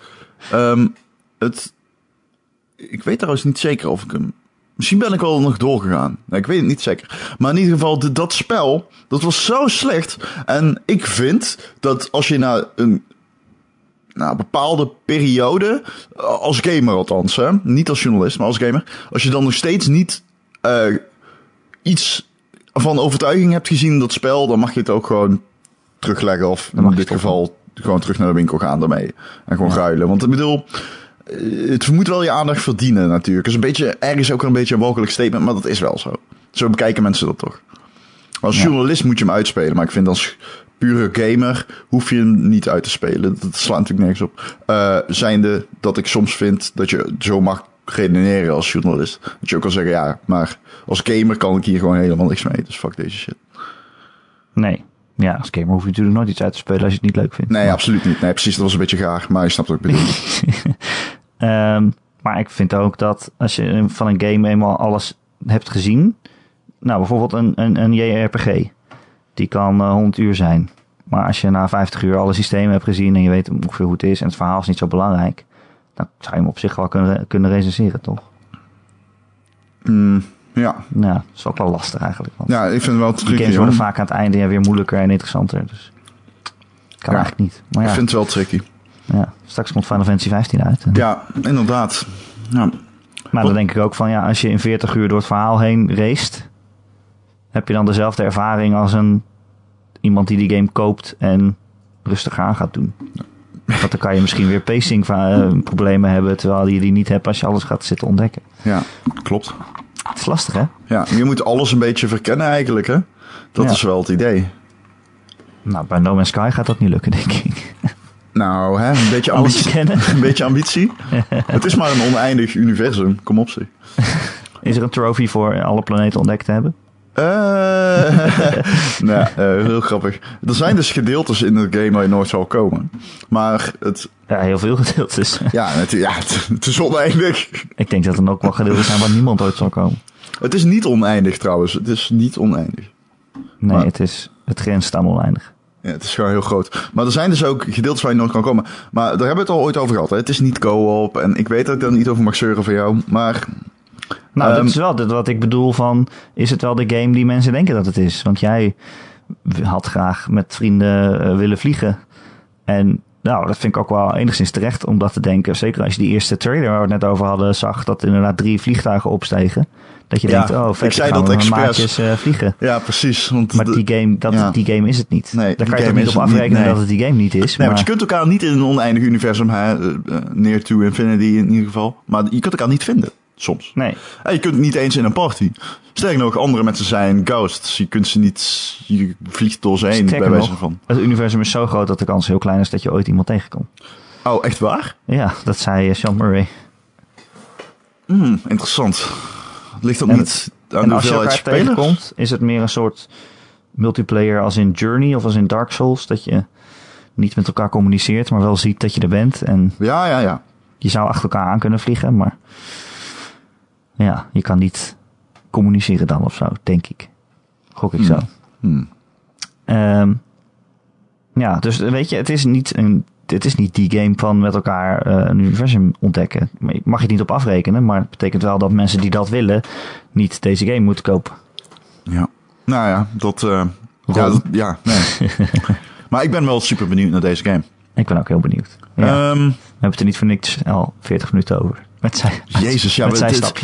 Ik weet trouwens niet zeker of ik hem... Misschien ben ik wel nog doorgegaan. Nee, ik weet het niet zeker. Maar in ieder geval, dat spel, dat was zo slecht. En ik vind dat als je na een bepaalde periode, als gamer althans, hè, niet als journalist, maar als gamer, als je dan nog steeds niet iets van overtuiging hebt gezien in dat spel, dan mag je het ook gewoon terugleggen. Of in dit geval gewoon terug naar de winkel gaan daarmee. En gewoon ruilen. Want ik bedoel, het moet wel je aandacht verdienen natuurlijk. Het is ergens ook een beetje een mogelijk statement, maar dat is wel zo. Zo bekijken mensen dat toch. Als journalist moet je hem uitspelen, maar ik vind als pure gamer hoef je hem niet uit te spelen. Dat slaat natuurlijk nergens op. Zijnde dat ik soms vind dat je zo mag redeneren als journalist. Dat je ook kan zeggen, ja, maar als gamer kan ik hier gewoon helemaal niks mee. Dus fuck deze shit. Nee. Ja, als gamer hoef je natuurlijk nooit iets uit te spelen als je het niet leuk vindt. Nee, absoluut niet. Nee, precies, dat was een beetje gaar. Maar je snapt wat ik bedoel. Maar ik vind ook dat als je van een game eenmaal alles hebt gezien. Nou, bijvoorbeeld een JRPG. Die kan 100 uur zijn. Maar als je na 50 uur alle systemen hebt gezien en je weet ongeveer hoe het is en het verhaal is niet zo belangrijk, dan zou je hem op zich wel kunnen recenseren, toch? Ja. Nou, dat is ook wel lastig eigenlijk. Want Ja, ik vind het wel tricky. die games worden vaak aan het einde weer moeilijker en interessanter. Dus kan eigenlijk niet. Maar ja, ik vind het wel tricky. Ja, straks komt Final Fantasy 15 uit. Ja, inderdaad. Ja. Maar dan denk ik ook van, ja, als je in 40 uur door het verhaal heen raced, heb je dan dezelfde ervaring als iemand die die game koopt en rustig aan gaat doen. Want dan kan je misschien weer pacing problemen hebben, terwijl je die niet hebt als je alles gaat zitten ontdekken. Ja, klopt. Het is lastig, hè? Ja, je moet alles een beetje verkennen eigenlijk, hè? Dat is wel het idee. Nou, bij No Man's Sky gaat dat niet lukken, denk ik. Nou, hè? Een beetje ambitie. kennen. Een beetje ambitie. Het is maar een oneindig universum. Kom op, zeg. Is er een trophy voor alle planeten ontdekt te hebben? Heel grappig. Er zijn dus gedeeltes in het game waar je nooit zal komen. Maar het... Ja, heel veel gedeeltes. Ja, het is oneindig. Ik denk dat er ook wel gedeeltes zijn waar niemand ooit zal komen. Het is niet oneindig trouwens. Het is niet oneindig. Nee, maar het grenst aan oneindig. Ja, het is gewoon heel groot. Maar er zijn dus ook gedeeltes waar je nooit kan komen. Maar daar hebben we het al ooit over gehad. Hè? Het is niet co-op. En ik weet dat ik daar niet over mag zeuren van jou. Maar... Nou, dat is wel wat ik bedoel van... Is het wel de game die mensen denken dat het is? Want jij had graag met vrienden willen vliegen. En nou, dat vind ik ook wel enigszins terecht om dat te denken. Zeker als je die eerste trailer waar we het net over hadden zag... dat inderdaad 3 vliegtuigen opstegen. Dat je denkt, oh vet, ik zei dat expres. Vliegen. Ja, precies. Want maar die game is het niet. Nee, daar kan je toch niet op afrekenen dat het die game niet is. Nee, want je kunt elkaar niet in een oneindig universum... near to infinity in ieder geval. Maar je kunt elkaar niet vinden. Soms. Nee. En je kunt niet eens in een party. Sterker nog, andere mensen zijn ghosts. Je kunt ze niet... Je vliegt door ze heen, bij wijze van. Het universum is zo groot dat de kans heel klein is dat je ooit iemand tegenkomt. Oh, echt waar? Ja, dat zei Sean Murray. Interessant. Ligt dat niet aan de hoeveelheid spelers? Als je elkaar tegenkomt, is het meer een soort multiplayer als in Journey of als in Dark Souls. Dat je niet met elkaar communiceert, maar wel ziet dat je er bent. En ja. Je zou achter elkaar aan kunnen vliegen, maar... Ja, je kan niet communiceren dan of zo, denk ik. Gok ik zo. Ja, dus weet je, het is niet die game van met elkaar een universum ontdekken. Mag je het niet op afrekenen, maar het betekent wel dat mensen die dat willen niet deze game moeten kopen. Ja, nou ja, nee. Maar ik ben wel super benieuwd naar deze game. Ik ben ook heel benieuwd. Ja. We hebben het er niet voor niks al 40 minuten over. Met zijstapjes.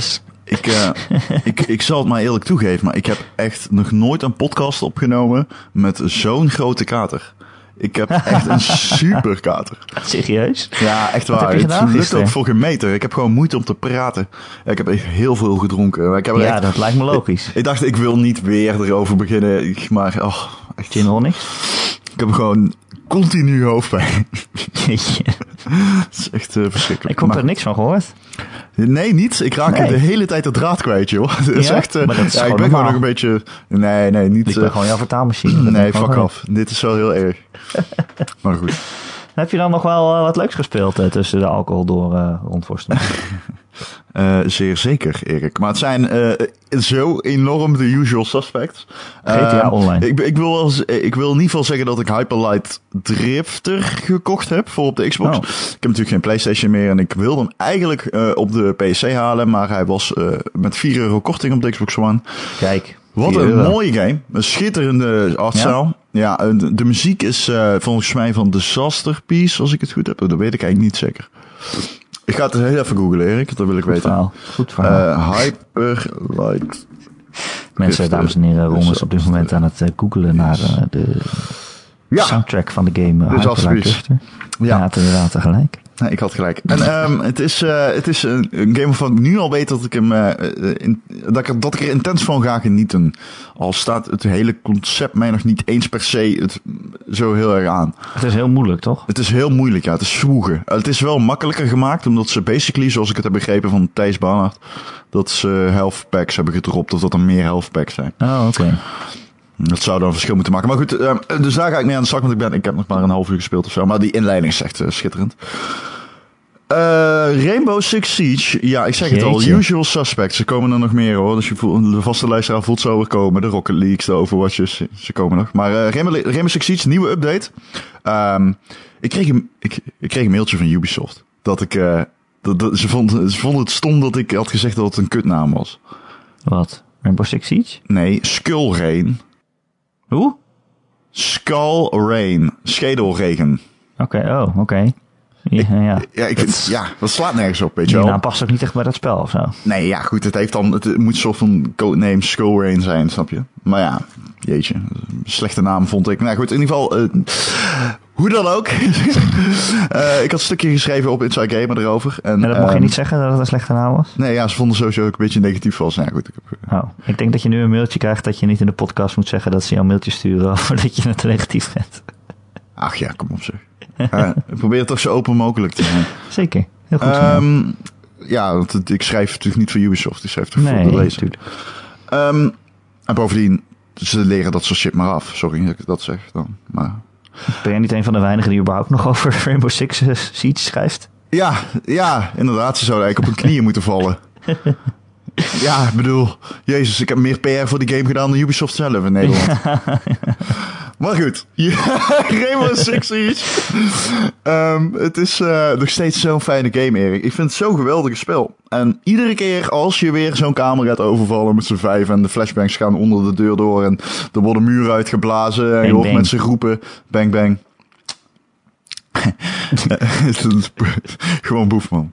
Ik zal het maar eerlijk toegeven, maar ik heb echt nog nooit een podcast opgenomen met zo'n grote kater. Ik heb echt een super kater. Serieus? Ja, echt Wat waar. heb je gedaan Het lukt gisteren? ook voor geen meter. Ik heb gewoon moeite om te praten. Ja, ik heb echt heel veel gedronken. Ik heb er Ja, echt, dat lijkt me logisch. ik dacht, ik wil niet weer erover beginnen. Maar echt, Gin tonic? ik heb gewoon continu hoofdpijn. Jeetje. Het is echt verschrikkelijk. Ik heb er niks van gehoord. Nee, niet. Ik raak Nee. de hele tijd de draad kwijt, joh. Het is Ja? echt, Maar dat is ik gewoon ben gewoon normaal. nog een beetje... Nee, niet... Ik ben gewoon jouw vertaalmachine. Dat ben nee, ik gewoon fuck gewend. af. Dit is wel heel erg. Maar goed. Heb je dan nog wel wat leuks gespeeld tussen de alcohol door rondvorsten? Zeer zeker, Erik. Maar het zijn zo enorm de usual suspects. GTA Online. Ik wil in ieder geval zeggen dat ik Hyperlight Drifter gekocht heb voor op de Xbox. Oh. Ik heb natuurlijk geen PlayStation meer en ik wilde hem eigenlijk op de PC halen. Maar hij was met €4 korting op de Xbox One. Kijk. Wat €4. een mooie game. Een schitterende artstyle. Ja, de muziek is volgens mij van Disaster Piece, als ik het goed heb. Dat weet ik eigenlijk niet zeker. Ik ga het heel even googlen, Erik. Dat wil ik weten. Goed verhaal. Hyperlight. Mensen, dames en heren, Ron is op dit moment aan het googlen naar de soundtrack van de game Disaster Hyperlight Piece. Drifter. Ja, het inderdaad tegelijk. Nee, ik had gelijk. En het is een game waarvan ik nu al weet dat ik hem dat ik er intens van ga genieten. Al staat het hele concept mij nog niet eens per se zo heel erg aan. Het is heel moeilijk, toch? Het is heel moeilijk, ja. Het is zwoegen. Het is wel makkelijker gemaakt, omdat ze basically, zoals ik het heb begrepen van Thijs Barnard, dat ze health packs hebben gedropt, of dat er meer health packs zijn. Oh, oké. Dat zou dan een verschil moeten maken. Maar goed, dus daar ga ik mee aan de slag, want ik heb nog maar een half uur gespeeld of zo. Maar die inleiding is echt schitterend. Rainbow Six Siege. Ja, ik zeg het al. Jeetje. Usual suspects. Er komen er nog meer, hoor. Dus de vaste luisteraar voelt zo weer komen. De Rocket Leagues, de Overwatches. Ze komen nog. Maar Rainbow Six Siege, nieuwe update. Ik kreeg een mailtje van Ubisoft. Dat ik... ze vonden het stom dat ik had gezegd dat het een kutnaam was. Wat? Rainbow Six Siege? Nee, Skull Rain. Hoe? Skull Rain. Schedelregen. Oké. Ja. Ja, dat slaat nergens op, weet je Die wel. naam past ook niet echt bij dat spel of zo. Nee, ja, goed, het moet een soort van codename Skull Rain zijn, snap je? Maar ja, jeetje, een slechte naam vond ik. Nou goed, in ieder geval, hoe dan ook. Ik had een stukje geschreven op Inside Gamer erover. En dat mag je niet zeggen dat het een slechte naam was? Nee, ja, ze vonden sowieso ook een beetje negatief was. Nou ja, goed. Ik denk dat je nu een mailtje krijgt dat je niet in de podcast moet zeggen dat ze jou een mailtje sturen over dat je het negatief bent. Ach ja, kom op zeg. Ik probeer het toch zo open mogelijk te zijn. Zeker, heel goed. Ja, want ik schrijf natuurlijk niet voor Ubisoft. Ik schrijf toch voor de Nee, lezer. natuurlijk. En bovendien, ze leren dat soort shit maar af. Sorry dat ik dat zeg dan. Maar... Ben jij niet een van de weinigen die überhaupt nog over Rainbow Six Siege schrijft? Ja, inderdaad. Ze zouden eigenlijk op hun knieën moeten vallen. Ja, ik bedoel... Jezus, ik heb meer PR voor die game gedaan dan Ubisoft zelf in Nederland. Maar goed. Rainbow Six Siege. Het is nog steeds zo'n fijne game, Erik. Ik vind het zo'n geweldig spel. En iedere keer als je weer zo'n kamer gaat overvallen met z'n vijf en de flashbangs gaan onder de deur door en er worden muren uitgeblazen en je hoort mensen roepen. Bang, bang. Gewoon boef, man.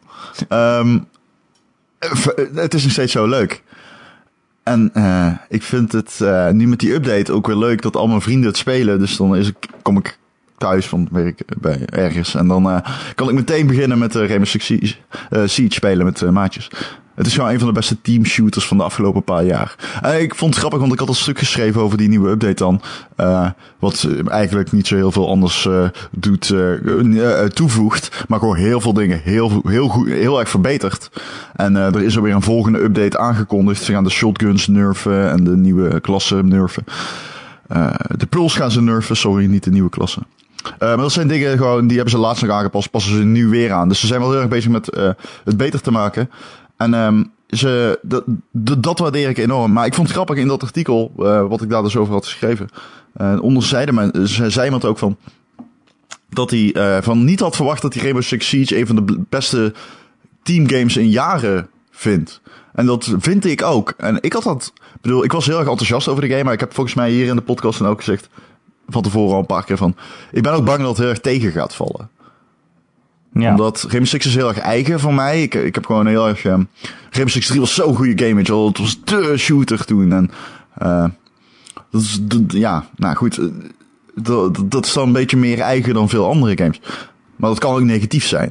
Het is nog steeds zo leuk. En ik vind het nu met die update ook weer leuk dat al mijn vrienden het spelen. Dus dan kom ik thuis van werk bij ergens. En dan kan ik meteen beginnen met Rainbow Six Siege spelen met maatjes. Het is gewoon een van de beste teamshooters van de afgelopen paar jaar. Ik vond het grappig, want ik had een stuk geschreven over die nieuwe update dan. Wat eigenlijk niet zo heel veel anders toevoegt. Maar gewoon heel veel dingen heel erg verbeterd. En er is alweer een volgende update aangekondigd. Ze gaan de shotguns nerven en de nieuwe klassen nerven. De Pulse gaan ze nerven, sorry, niet de nieuwe klassen. Maar dat zijn dingen gewoon, die hebben ze laatst nog aangepast, passen ze nu weer aan. Dus ze zijn wel heel erg bezig met het beter te maken. En dat waardeer ik enorm. Maar ik vond het grappig in dat artikel, wat ik daar dus over had geschreven. Zei iemand ook van, dat hij van niet had verwacht dat die Rainbow Six Siege een van de beste teamgames in jaren vindt. En dat vind ik ook. En ik was heel erg enthousiast over de game, maar ik heb volgens mij hier in de podcast dan ook gezegd, van tevoren al een paar keer van, ik ben ook bang dat het heel erg tegen gaat vallen. Ja. Omdat Rainbow Six is heel erg eigen voor mij. Ik heb gewoon heel erg... Rainbow Six 3 was zo'n goede game, weet je wel. Het was de shooter toen. En dat is... nou goed. Dat is dan een beetje meer eigen dan veel andere games. Maar dat kan ook negatief zijn.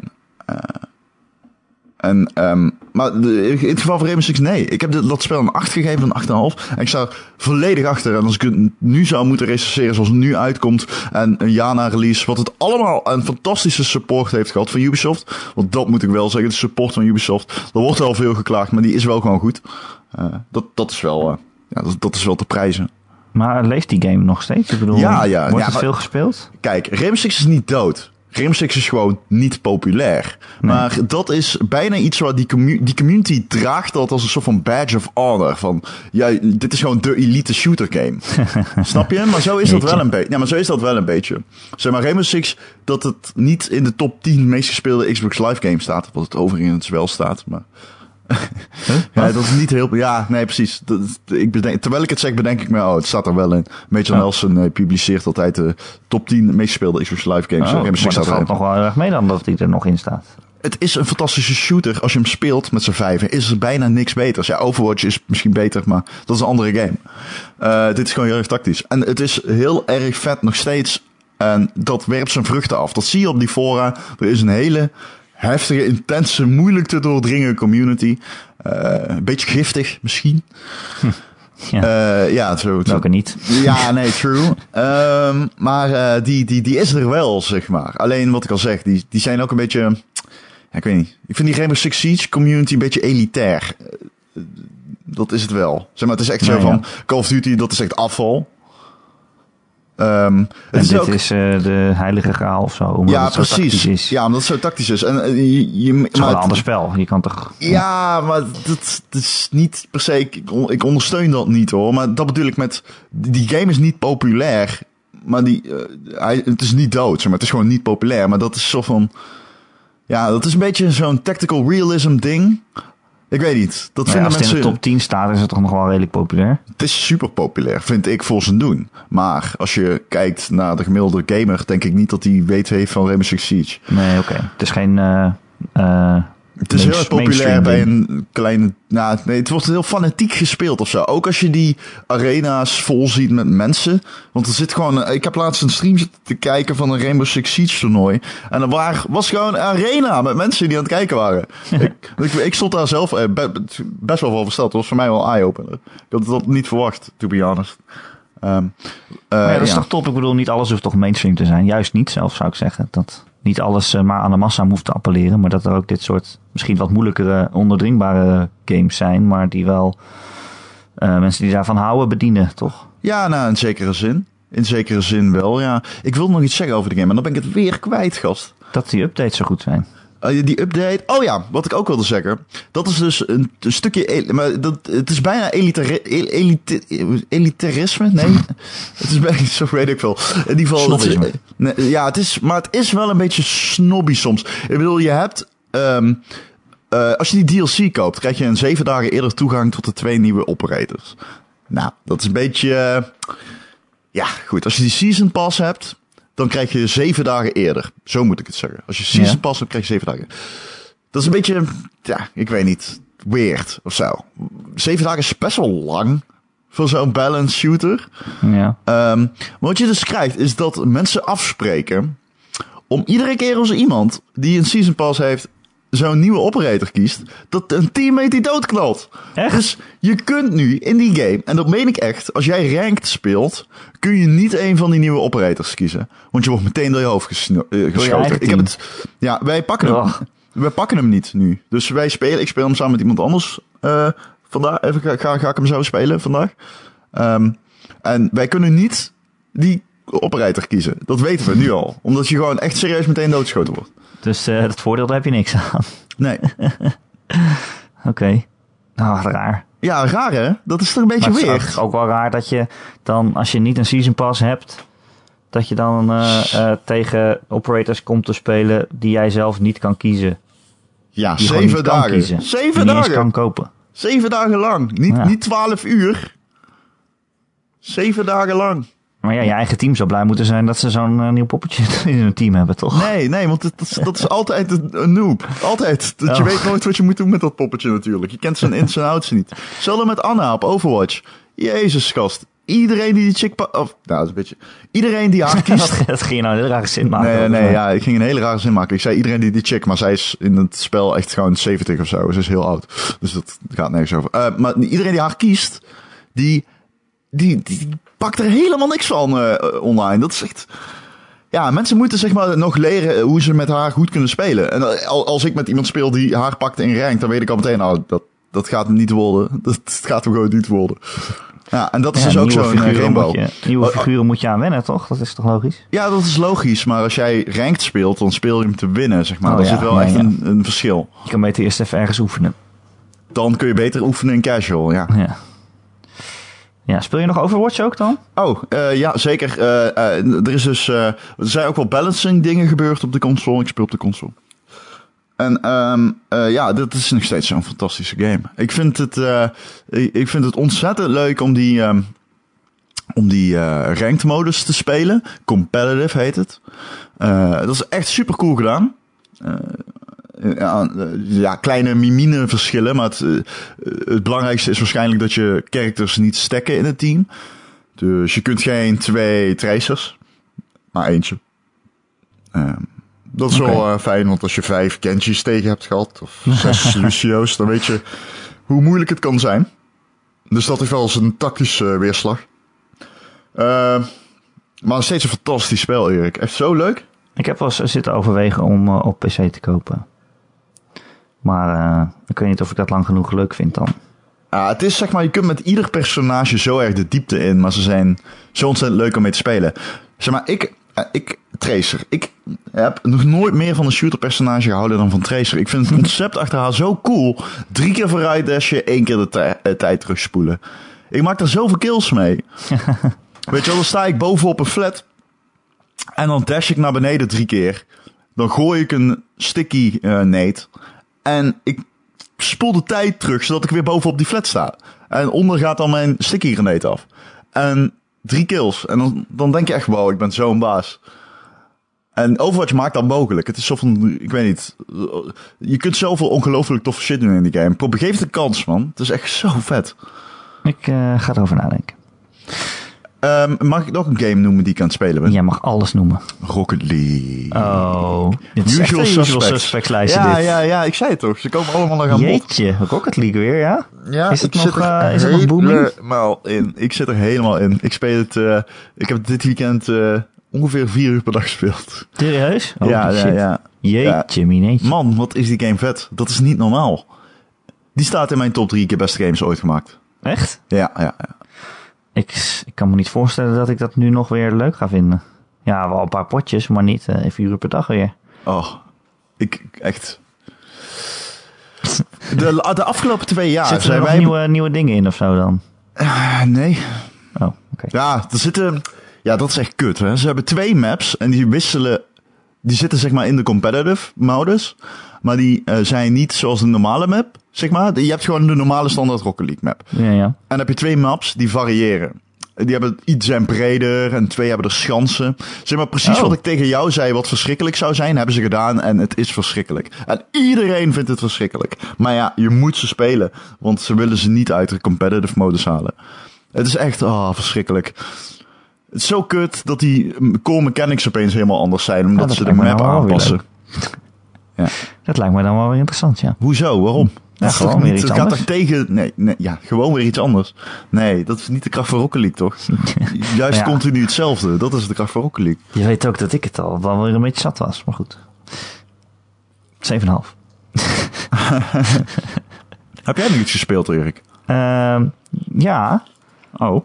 Maar in het geval van Rainbow Six, nee. Ik heb dat spel een 8 gegeven, een 8,5. En ik sta er volledig achter. En als ik het nu zou moeten recenseren zoals het nu uitkomt... en een jaar na release... wat het allemaal een fantastische support heeft gehad van Ubisoft. Want dat moet ik wel zeggen. De support van Ubisoft. Er wordt wel veel geklaagd, maar die is wel gewoon goed. Dat is wel... dat is wel te prijzen. Maar leeft die game nog steeds? Ik bedoel, wordt het veel gespeeld? Kijk, Rainbow Six is niet dood. Rainbow Six is gewoon niet populair. Nee. Maar dat is bijna iets waar die community draagt dat als een soort van badge of honor. Van, dit is gewoon de elite shooter game. Snap je? Maar zo is dat wel een beetje. Ja, maar zo is dat wel een beetje. Zeg maar, Rainbow Six, dat het niet in de top 10 meest gespeelde Xbox Live games staat. Wat het overigens wel staat, maar... Ja, dat is niet heel... Ja, nee, precies. Terwijl ik het zeg, bedenk ik me... het staat er wel in. Major Nelson publiceert altijd de top 10 meest gespeelde Xbox Live games. Maar dat valt nog wel heel erg mee dan dat die er nog in staat. Het is een fantastische shooter. Als je hem speelt met z'n vijven, is er bijna niks beters. Ja, Overwatch is misschien beter, maar dat is een andere game. Dit is gewoon heel erg tactisch. En het is heel erg vet nog steeds. En dat werpt zijn vruchten af. Dat zie je op die fora. Er is een hele... heftige, intense, moeilijk te doordringen community. Een beetje giftig, misschien. Zo. Welke niet? Ja, nee, true. Maar die is er wel, zeg maar. Alleen wat ik al zeg, die zijn ook een beetje... Ja, ik weet niet. Ik vind die Rainbow Six Siege community een beetje elitair. Dat is het wel. Zeg maar, het is echt zo van... Call of Duty, dat is echt afval. En dit is de heilige graal of zo. Omdat het precies. Zo tactisch is. Ja, omdat het zo tactisch is. En, het is wel een ander spel. Je kan toch... Ja, maar dat is niet per se... Ik ondersteun dat niet, hoor. Maar dat bedoel ik met... Die game is niet populair. Maar het is niet dood. Maar het is gewoon niet populair. Maar dat is zo van... Ja, dat is een beetje zo'n tactical realism ding. Ik weet niet. Dat vinden als het mensen... in de top 10 staat, is het toch nog wel redelijk populair? Het is super populair, vind ik, voor zijn doen. Maar als je kijkt naar de gemiddelde gamer, denk ik niet dat hij weet heeft van Rainbow Six Siege. Nee, oké. Het is geen... het is heel erg populair bij een kleine... Nou, nee, het wordt heel fanatiek gespeeld of zo. Ook als je die arena's vol ziet met mensen. Want er zit gewoon... Ik heb laatst een stream zitten te kijken van een Rainbow Six Siege toernooi. En er was gewoon een arena met mensen die aan het kijken waren. ik stond daar zelf best wel van versteld. Dat was voor mij wel eye-opener. Ik had dat niet verwacht, to be honest. Dat is toch top? Ik bedoel, niet alles hoeft toch mainstream te zijn. Juist niet, zelf zou ik zeggen. Dat niet alles maar aan de massa hoeft te appelleren. Maar dat er ook dit soort misschien wat moeilijkere, onderdringbare games zijn. Maar die wel mensen die daarvan houden bedienen, toch? Ja, nou, in zekere zin. In zekere zin wel, ja. Ik wil nog iets zeggen over de game, maar dan ben ik het weer kwijt, gast. Dat die updates zo goed zijn. Die update... Oh ja, wat ik ook wilde zeggen. Dat is dus een stukje... Maar het is bijna elitarisme. Nee, het is bijna... Zo weet ik veel. In ieder geval... Ja, maar het is wel een beetje snobby soms. Ik bedoel, je hebt... als je die DLC koopt, krijg je 7 dagen eerder toegang tot de 2 nieuwe operators. Nou, dat is een beetje... ja, goed. Als je die Season Pass hebt... dan krijg je 7 dagen eerder. Zo moet ik het zeggen. Als je Season Pass hebt, krijg je 7 dagen. Dat is een beetje, ja, ik weet niet, weird of zo. 7 dagen is best wel lang voor zo'n balance shooter. Ja. Maar wat je dus krijgt, is dat mensen afspreken om iedere keer als iemand die een Season Pass heeft zo'n nieuwe operator kiest, dat een teammate die doodknalt. Echt? Dus je kunt nu in die game, en dat meen ik echt, als jij ranked speelt, kun je niet een van die nieuwe operators kiezen. Want je wordt meteen door je hoofd geschoten. Ik heb het... Ja, wij pakken hem niet nu. Dus ik speel hem samen met iemand anders vandaag. Even ga ik hem zo spelen vandaag. En wij kunnen niet die operator kiezen. Dat weten we nu al. Omdat je gewoon echt serieus meteen doodgeschoten wordt. Dus het voordeel, daar heb je niks aan. Nee. Oké. Nou, raar. Ja, raar hè? Dat is toch een beetje weird. Het is ook wel raar dat je dan, als je niet een Season Pass hebt, dat je dan tegen operators komt te spelen die jij zelf niet kan kiezen. Ja, 7 dagen. 7 dagen. Kan kopen. 7 dagen lang. Niet 12 uur. 7 dagen lang. Maar ja, je eigen team zou blij moeten zijn dat ze zo'n nieuw poppetje in hun team hebben, toch? Nee, want dat is altijd een noob. Altijd. Je weet nooit wat je moet doen met dat poppetje natuurlijk. Je kent zijn ins en outs niet. Hetzelfde met Anna op Overwatch. Jezus, gast. Iedereen die chick dat is een beetje... Iedereen die haar kiest... Dat ging je nou een hele rare zin maken. Nee, ja, ik ging een hele rare zin maken. Ik zei iedereen die chick, maar zij is in het spel echt gewoon 70 of zo. Ze is heel oud. Dus dat gaat nergens over. Maar iedereen die haar kiest, die pakt er helemaal niks van online. Dat is echt... Ja, mensen moeten zeg maar nog leren hoe ze met haar goed kunnen spelen. En als ik met iemand speel die haar pakt in rank, dan weet ik al meteen, nou, dat gaat hem niet worden. Dat gaat hem gewoon niet worden. Ja, en dat is dus ook zo'n rainbow. Nieuwe figuren moet je aan wennen, toch? Dat is toch logisch? Ja, dat is logisch. Maar als jij ranked speelt, dan speel je hem te winnen, zeg maar. Dat zit wel echt een verschil. Je kan beter eerst even ergens oefenen. Dan kun je beter oefenen in casual, ja. Ja, speel je nog Overwatch ook dan? Ja, zeker. Er zijn ook wel balancing dingen gebeurd op de console. Ik speel op de console. En dit is nog steeds zo'n fantastische game. Ik vind het ontzettend leuk om die ranked modus te spelen. Competitive heet het. Dat is echt super cool gedaan. Kleine mimine verschillen, maar het belangrijkste is waarschijnlijk dat je characters niet stacken in het team. Dus je kunt geen 2 tracers, maar eentje. Dat is wel fijn, want als je 5 Genji's tegen hebt gehad, of 6 Lucio's, dan weet je hoe moeilijk het kan zijn. Dus dat is wel eens een tactische weerslag. Maar steeds een fantastisch spel, Erik. Echt zo leuk. Ik heb wel eens zitten overwegen om op PC te kopen. Maar ik weet niet of ik dat lang genoeg leuk vind dan. Het is zeg maar, je kunt met ieder personage zo erg de diepte in, maar ze zijn zo ontzettend leuk om mee te spelen. Zeg maar, Tracer. Ik heb nog nooit meer van een shooter personage gehouden dan van Tracer. Ik vind het concept achter haar zo cool. 3 keer vooruit dashen, 1 keer de tijd terugspoelen. Ik maak er zoveel kills mee. Weet je wel, dan sta ik bovenop een flat. En dan dash ik naar beneden 3 keer. Dan gooi ik een sticky nade. En ik spoel de tijd terug, zodat ik weer bovenop die flat sta. En onder gaat dan mijn sticky grenade af. En 3 kills. En dan denk je echt, wow, ik ben zo'n baas. En Overwatch maakt dat mogelijk. Het is zo van, ik weet niet. Je kunt zoveel ongelooflijk toffe shit doen in die game. Geef het een kans, man. Het is echt zo vet. Ik ga erover nadenken. Mag ik nog een game noemen die ik aan het spelen ben? Jij mag alles noemen. Rocket League. Oh, dit is Usual echt een Usual Suspects lijstje dit. Ja, ik zei het toch. Ze komen allemaal nog aan bod. Jeetje, Rocket League weer, ja? Ja, is het nog booming? Ik zit er helemaal in. Ik speel het. Ik heb dit weekend ongeveer 4 uur per dag gespeeld. Serieus? Oh, ja. Jeetje, mineetje. Man, wat is die game vet. Dat is niet normaal. Die staat in mijn top 3 keer beste games ooit gemaakt. Echt? Ja. Ik kan me niet voorstellen dat ik dat nu nog weer leuk ga vinden. Ja, wel een paar potjes, maar niet 4 uur per dag weer. Oh, echt. De afgelopen 2 jaar zitten er nog nieuwe dingen in of zo dan? Nee. Oh, oké. Ja, er zitten... Ja, dat is echt kut, hè. Ze hebben 2 maps en die wisselen... Die zitten zeg maar in de competitive modus. Maar die zijn niet zoals de normale map, zeg maar. Je hebt gewoon de normale standaard Rocket League map. Ja. En dan heb je 2 maps die variëren. Die hebben iets zijn breder en 2 hebben er schansen. Zeg maar precies wat ik tegen jou zei wat verschrikkelijk zou zijn, hebben ze gedaan en het is verschrikkelijk. En iedereen vindt het verschrikkelijk. Maar ja, je moet ze spelen, want ze willen ze niet uit de competitive modus halen. Het is echt verschrikkelijk. Het is zo kut dat die core mechanics opeens helemaal anders zijn, omdat ze de map aanpassen. Ja. Dat lijkt me dan wel weer interessant, ja. Hoezo? Waarom? Ja, gewoon weer iets anders. Het gaat er tegen... Nee, gewoon weer iets anders. Nee, dat is niet de kracht van Rocket League, toch? Juist continu hetzelfde. Dat is de kracht van Rocket League. Je weet ook dat ik het al wel weer een beetje zat was, maar goed. 7,5. Heb jij nog iets gespeeld, Erik? Ja. Oh.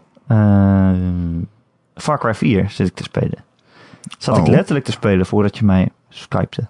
Far Cry 4 zit ik te spelen. Zat ik letterlijk te spelen voordat je mij skypte.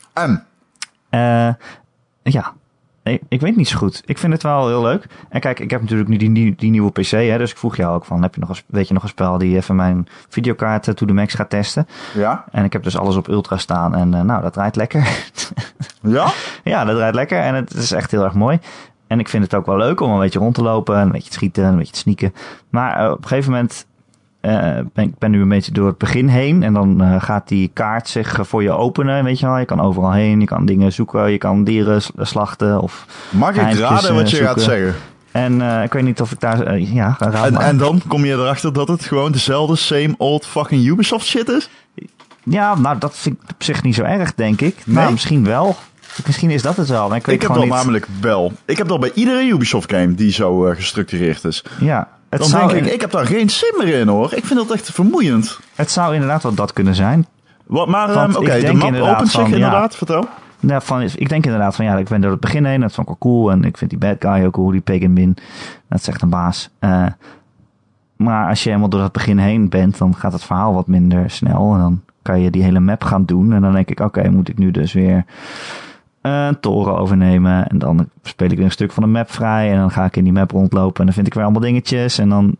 Ja. Ik weet niet zo goed. Ik vind het wel heel leuk. En kijk, ik heb natuurlijk nu die nieuwe PC. Hè, dus ik vroeg jou ook van, weet je nog een spel die even mijn videokaart to the max gaat testen? Ja. En ik heb dus alles op ultra staan. En dat draait lekker. Ja? Ja, dat draait lekker. En het is echt heel erg mooi. En ik vind het ook wel leuk om een beetje rond te lopen. Een beetje te schieten, een beetje te sneaken. Maar op een gegeven moment ik ben nu een beetje door het begin heen. En dan gaat die kaart zich voor je openen, weet je wel. Je kan overal heen, je kan dingen zoeken, je kan dieren slachten of Mag ik raden wat je gaat zeggen? En ik weet niet of ik daar... raad maar. En dan kom je erachter dat het gewoon dezelfde same old fucking Ubisoft shit is? Ja, nou dat vind ik op zich niet zo erg, denk ik. Nee? Nou, misschien wel. Misschien is dat het wel. Maar ik heb dat namelijk wel. Ik heb dat bij iedere Ubisoft game die zo gestructureerd is. Ja. Dan denk ik heb daar geen zin meer in hoor. Ik vind dat echt vermoeiend. Het zou inderdaad wel dat kunnen zijn. Maar oké, de map opent zich inderdaad, vertel. Ja, ik denk inderdaad van ik ben door het begin heen, dat vond ik wel cool. En ik vind die bad guy ook cool, die Pagan Min. Dat is echt een baas. Maar als je helemaal door het begin heen bent, dan gaat het verhaal wat minder snel. En dan kan je die hele map gaan doen. En dan denk ik, oké, moet ik nu dus weer een toren overnemen. En dan speel ik weer een stuk van de map vrij. En dan ga ik in die map rondlopen. En dan vind ik weer allemaal dingetjes. En dan,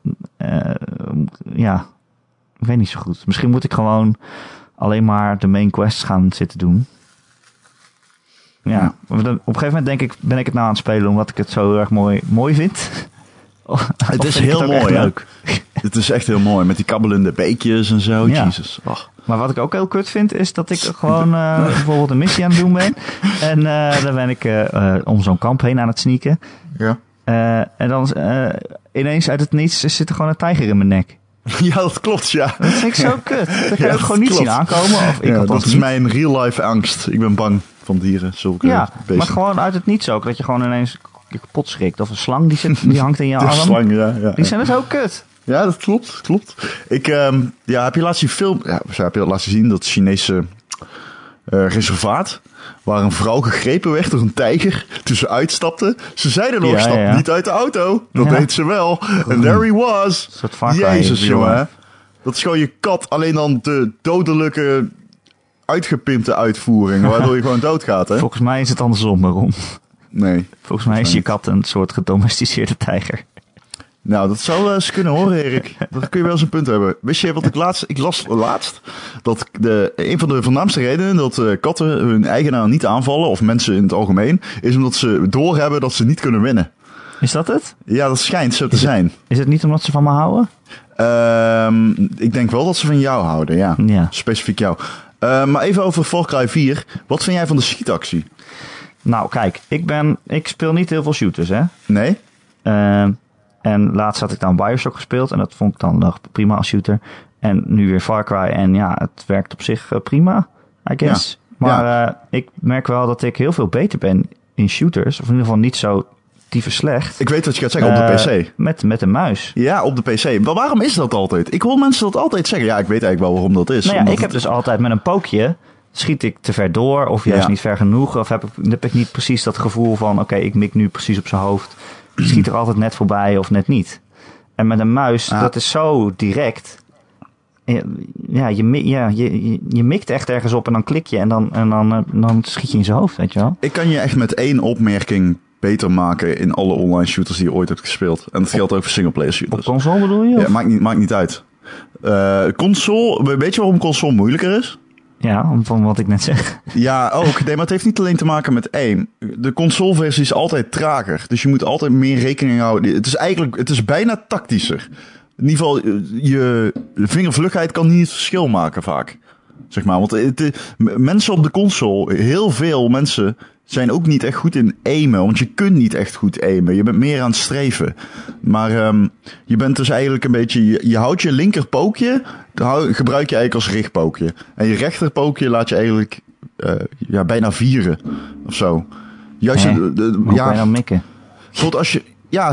ik weet niet zo goed. Misschien moet ik gewoon alleen maar de main quests gaan zitten doen. Ja, op een gegeven moment denk ik, ben ik het nou aan het spelen omdat ik het zo erg mooi vind. Het is heel mooi, leuk. Het is echt heel mooi, met die kabbelende beekjes en zo. Ja. Jezus. Oh. Maar wat ik ook heel kut vind, is dat ik gewoon bijvoorbeeld een missie aan het doen ben. En dan ben ik om zo'n kamp heen aan het sneaken. Ja. En dan ineens uit het niets zit er gewoon een tijger in mijn nek. Ja, dat klopt, ja. Dat vind ik zo kut. Dat kan je ook gewoon niet zien aankomen. Of dat is mijn real-life angst. Ik ben bang van dieren, zulke beesten. Maar gewoon uit het niets ook. Dat je gewoon ineens kapot schrikt. Of een slang die hangt in je arm. Een slang, ja. Die zijn dus ook kut. Ja, dat klopt. Ik, heb je laatst die film... Ja, heb je dat laatst gezien? Dat Chinese reservaat... waar een vrouw gegrepen werd door een tijger toen ze uitstapte. Ze zeiden nog, stap niet uit de auto. Dat deed ze wel. En there he was. Jezus, jongen. Dat is gewoon je kat, alleen dan de dodelijke, uitgepimpte uitvoering. Waardoor je gewoon doodgaat, hè? Volgens mij is het andersom, waarom? Nee. Volgens mij is je kat een soort gedomesticeerde tijger. Nou, dat zou eens kunnen horen, Erik. Daar kun je wel eens een punt hebben. Wist je wat ik las laatst? Dat een van de voornaamste redenen dat katten hun eigenaar niet aanvallen, of mensen in het algemeen, is omdat ze doorhebben dat ze niet kunnen winnen. Is dat het? Ja, dat schijnt zo te zijn. Is het niet omdat ze van me houden? Ik denk wel dat ze van jou houden, ja. Specifiek jou. Maar even over Far Cry 4. Wat vind jij van de schietactie? Nou, kijk, ik speel niet heel veel shooters, hè? Nee? En laatst had ik dan Bioshock gespeeld en dat vond ik dan nog prima als shooter. En nu weer Far Cry en het werkt op zich prima, I guess. Ja. Maar ik merk wel dat ik heel veel beter ben in shooters. Of in ieder geval niet zo tyfus slecht. Ik weet wat je gaat zeggen, op de PC. Met een muis. Ja, op de PC. Maar waarom is dat altijd? Ik hoor mensen dat altijd zeggen. Ja, ik weet eigenlijk wel waarom dat is. Nou ja, ik heb dus altijd met een pookje... schiet ik te ver door of juist niet ver genoeg. Of heb ik niet precies dat gevoel van... oké, ik mik nu precies op zijn hoofd. Schiet er altijd net voorbij of net niet. En met een muis, dat is zo direct. Ja, je mikt echt ergens op en dan klik je en dan schiet je in zijn hoofd, weet je wel. Ik kan je echt met één opmerking beter maken in alle online shooters die je ooit hebt gespeeld. En dat geldt ook voor singleplayer shooters. Op console bedoel je? Of? Ja, maakt niet uit. Console, weet je waarom console moeilijker is? Ja, van wat ik net zeg. Ja, ook. Nee, maar het heeft niet alleen te maken met aim. De consoleversie is altijd trager. Dus je moet altijd meer rekening houden. Het is bijna tactischer. In ieder geval, je vingervlugheid kan niet het verschil maken vaak. Zeg maar, want mensen op de console, heel veel mensen zijn ook niet echt goed in aimen. Want je kunt niet echt goed aimen. Je bent meer aan het streven. Maar je bent dus eigenlijk een beetje... Je houdt je linkerpookje, gebruik je eigenlijk als richtpookje. En je rechterpookje laat je eigenlijk bijna vieren. Of zo. Juist hoe kan je dan mikken? Bijvoorbeeld als je... Ja,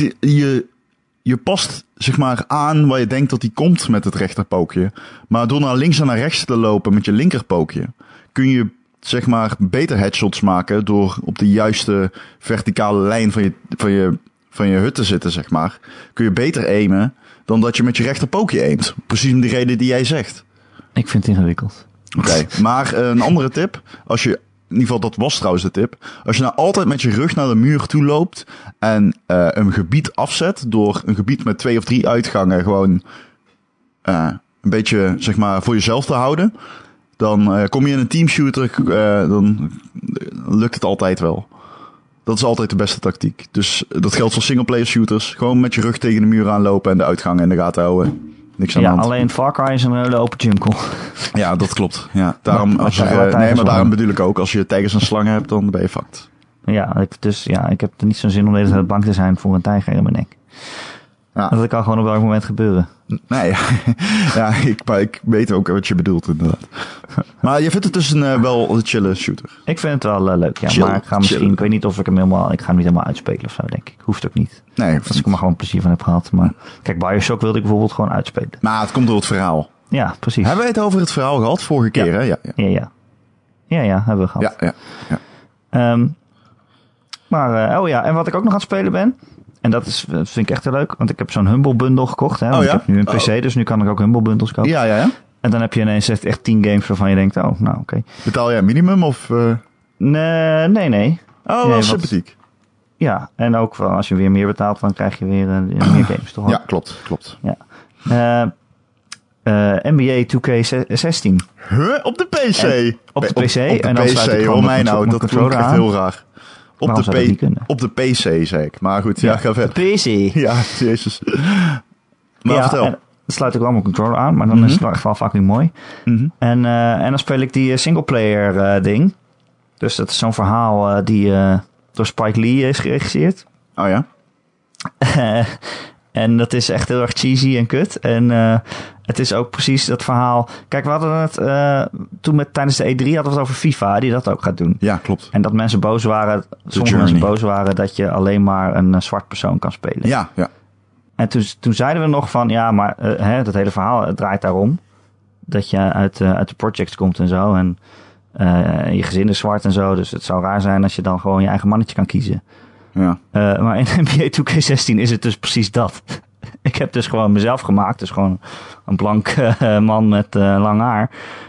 je past zeg maar aan waar je denkt dat die komt met het rechterpookje. Maar door naar links en naar rechts te lopen met je linkerpookje, kun je zeg maar beter headshots maken door op de juiste verticale lijn van je hut te zitten, zeg maar. Kun je beter aimen dan dat je met je rechterpookje aimt. Precies om die reden die jij zegt. Ik vind het ingewikkeld. Oké, maar een andere tip. In ieder geval, dat was trouwens de tip. Als je nou altijd met je rug naar de muur toe loopt en een gebied afzet door een gebied met 2 of 3 uitgangen gewoon een beetje zeg maar voor jezelf te houden, dan kom je in een teamshooter, dan lukt het altijd wel. Dat is altijd de beste tactiek. Dus dat geldt voor singleplayer shooters. Gewoon met je rug tegen de muur aanlopen en de uitgangen in de gaten houden. Niks aan de hand. Alleen Far Cry is een hele open jungle. Ja, dat klopt. Ja, daarom, maar daarom bedoel ik ook, als je tijgers en slangen hebt, dan ben je fucked. Ik heb er niet zo'n zin om de hele tijd bang te zijn voor een tijger in mijn nek. Ja. Dat kan gewoon op welk moment gebeuren. Nee, ik weet ook wat je bedoelt inderdaad. Maar je vindt het dus wel een chille shooter? Ik vind het wel leuk, ja. Chill, maar ik ga misschien, ik weet niet of ik hem helemaal, ik ga hem niet helemaal uitspelen of zo, denk ik. Hoeft ook niet. Nee. Als ik er maar gewoon plezier van heb gehad. Maar kijk, Bioshock wilde ik bijvoorbeeld gewoon uitspelen. Maar het komt door het verhaal. Ja, precies. Hebben wij het over het verhaal gehad vorige keer, hè? Ja, hebben we gehad. Ja. En wat ik ook nog aan het spelen ben, en dat vind ik echt heel leuk, want ik heb zo'n Humble Bundle gekocht. Hè, want ik heb nu een PC, dus nu kan ik ook Humble Bundles kopen. Ja. En dan heb je ineens echt 10 games waarvan je denkt, oké. Betaal jij minimum of... Nee. Oh, wel sympathiek. Ja, en ook wel, als je weer meer betaalt, dan krijg je weer meer games, toch? Ja, klopt. Ja. NBA 2K16. Huh? Op de PC? Op de PC. En dan PC, hoor mij nou, dat klonk echt heel raar. Op de PC, zei ik. Maar goed, ga verder. PC. Ja, jezus. Maar vertel. Dan sluit ik wel mijn controller aan, maar dan is het echt wel fucking mooi. Mm-hmm. En dan speel ik die singleplayer ding. Dus dat is zo'n verhaal die door Spike Lee is geregisseerd. Oh ja? En dat is echt heel erg cheesy en kut. En het is ook precies dat verhaal. Kijk, we hadden het toen tijdens de E3 hadden we het over FIFA, die dat ook gaat doen. Ja, klopt. En dat mensen boos waren, sommige mensen boos waren dat je alleen maar een zwart persoon kan spelen. Ja. En toen zeiden we nog van, dat hele verhaal het draait daarom. Dat je uit de projects komt en zo. En je gezin is zwart en zo. Dus het zou raar zijn als je dan gewoon je eigen mannetje kan kiezen. Ja. Maar in NBA 2K16 is het dus precies dat. Ik heb dus gewoon mezelf gemaakt. Dus gewoon een blank man met lang haar.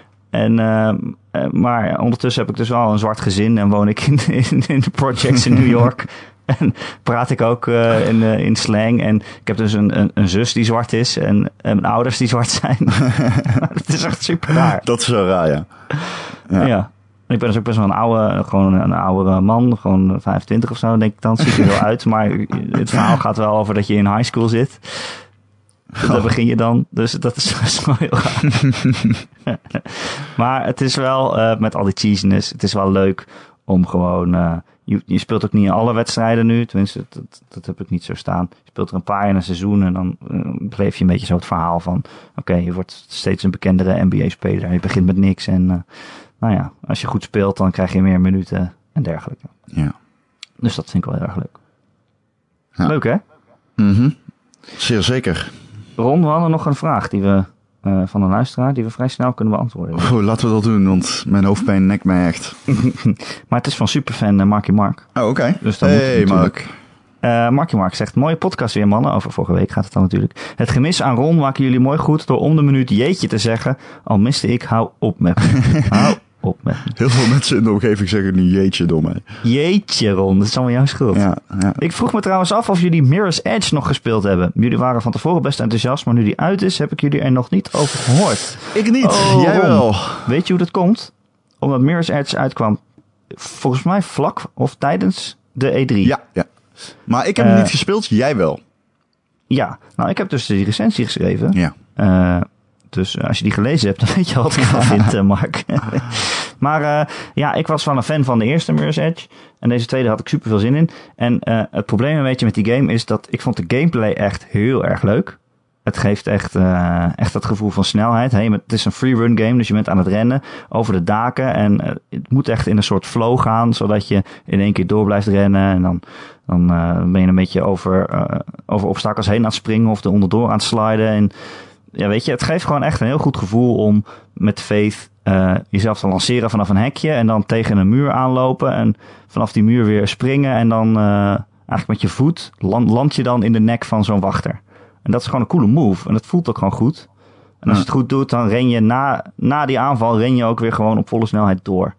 Maar ondertussen heb ik dus wel een zwart gezin. En woon ik in de projects in New York. En praat ik ook in slang. En ik heb dus een zus die zwart is. En mijn ouders die zwart zijn. Het is echt super raar. Dat is zo raar, ja. Ja. Ik ben dus ook best wel een oudere man, gewoon 25 of zo, denk ik dan. Ziet er heel uit, maar het verhaal gaat wel over dat je in high school zit. Daar begin je dan, dus dat is wel heel raar. Maar het is wel, met al die cheesiness, het is wel leuk om gewoon... Je speelt ook niet in alle wedstrijden nu, tenminste, dat heb ik niet zo staan. Je speelt er een paar in een seizoen en dan beleef je een beetje zo het verhaal van... Oké, je wordt steeds een bekendere NBA-speler, je begint met niks en... als je goed speelt, dan krijg je meer minuten en dergelijke. Ja. Dus dat vind ik wel heel erg leuk. Ja. Leuk, hè? Mm-hmm. Zeer zeker. Ron, we hadden nog een vraag die we van een luisteraar die we vrij snel kunnen beantwoorden. Laten we dat doen, want mijn hoofdpijn nekt mij echt. Maar het is van superfan Marky Mark. Oh, oké. Dus dan hey, Mark. Marky Mark zegt, mooie podcast weer mannen. Over vorige week gaat het dan natuurlijk. Het gemis aan Ron maken jullie mooi goed door om de minuut jeetje te zeggen. Al miste ik, hou op met me. Hou op met me. Heel veel mensen in de omgeving zeggen nu jeetje door mij. Jeetje Ron, dat is allemaal jouw schuld. Ja. Ik vroeg me trouwens af of jullie Mirror's Edge nog gespeeld hebben. Jullie waren van tevoren best enthousiast, maar nu die uit is, heb ik jullie er nog niet over gehoord. Ik niet, jij Ron, wel. Weet je hoe dat komt? Omdat Mirror's Edge uitkwam volgens mij vlak of tijdens de E3. Ja. Maar ik heb hem niet gespeeld, jij wel. Ja, nou ik heb dus die recensie geschreven. Ja. Dus als je die gelezen hebt, dan weet je wat ik ervan vind, Mark. Maar ik was wel een fan van de eerste Mirror's Edge. En deze tweede had ik super veel zin in. En het probleem een beetje met die game is dat ik vond de gameplay echt heel erg leuk. Het geeft echt dat gevoel van snelheid. Het is een free-run game, dus je bent aan het rennen over de daken. En het moet echt in een soort flow gaan, zodat je in één keer door blijft rennen. En dan ben je een beetje over obstakels heen aan het springen of er onderdoor aan het sliden. En ja, weet je, het geeft gewoon echt een heel goed gevoel om met Faith jezelf te lanceren vanaf een hekje. En dan tegen een muur aanlopen en vanaf die muur weer springen. En dan eigenlijk met je voet land je dan in de nek van zo'n wachter. En dat is gewoon een coole move. En dat voelt ook gewoon goed. En als je het goed doet, dan ren je na die aanval ren je ook weer gewoon op volle snelheid door.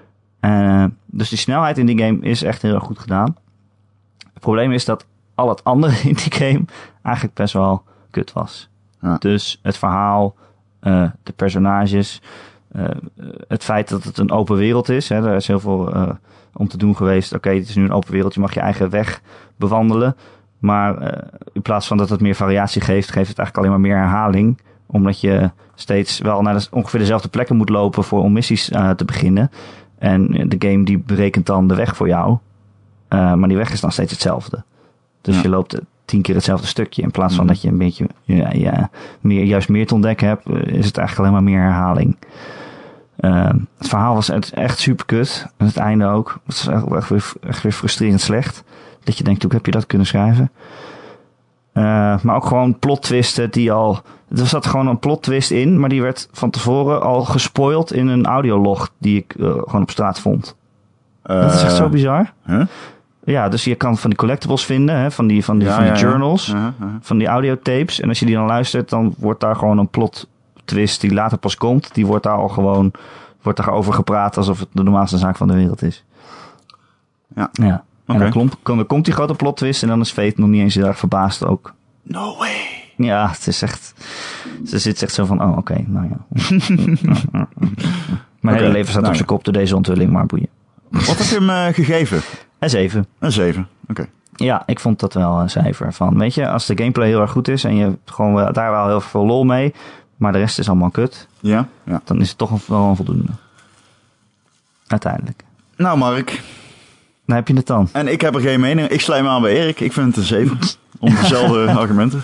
Dus die snelheid in die game is echt heel erg goed gedaan. Het probleem is dat al het andere in die game eigenlijk best wel kut was. Ja. Dus het verhaal, de personages, het feit dat het een open wereld is. Hè, er is heel veel om te doen geweest. Oké, het is nu een open wereld, je mag je eigen weg bewandelen. Maar in plaats van dat het meer variatie geeft, geeft het eigenlijk alleen maar meer herhaling. Omdat je steeds wel naar ongeveer dezelfde plekken moet lopen om missies te beginnen. En de game die berekent dan de weg voor jou. Maar die weg is dan steeds hetzelfde. Dus je loopt 10 keer hetzelfde stukje. In plaats van dat je een beetje juist meer te ontdekken hebt, is het eigenlijk alleen maar meer herhaling. Het verhaal was echt super kut. En het einde ook. Het is echt weer frustrerend slecht. Dat je denkt, hoe heb je dat kunnen schrijven? Maar ook gewoon plot twisten die al... Er zat gewoon een plot twist in, maar die werd van tevoren al gespoild in een audiolog die ik gewoon op straat vond. Dat is echt zo bizar. Huh? Ja, dus je kan van die collectibles vinden, hè, van die journals, van die audiotapes. En als je die dan luistert, dan wordt daar gewoon een plot twist die later pas komt. Die wordt daar al gewoon, wordt daarover gepraat alsof het de normaalste zaak van de wereld is. Ja. En dan komt die grote plot twist en dan is Fate nog niet eens heel erg verbaasd ook. No way. Ja, het is echt... Ze zit echt zo van, oké, nou ja. Mijn hele leven staat op zijn kop door deze onthulling, maar boeien. Wat heb je hem gegeven? Een 7. Een 7, oké. Ja, ik vond dat wel een cijfer van. Weet je, als de gameplay heel erg goed is en je hebt gewoon daar wel heel veel lol mee, maar de rest is allemaal kut, dan is het toch wel een voldoende. Uiteindelijk. Nou, Mark. Dan heb je het dan. En ik heb er geen mening. Ik sluit me aan bij Erik. Ik vind het een 7. Om dezelfde argumenten.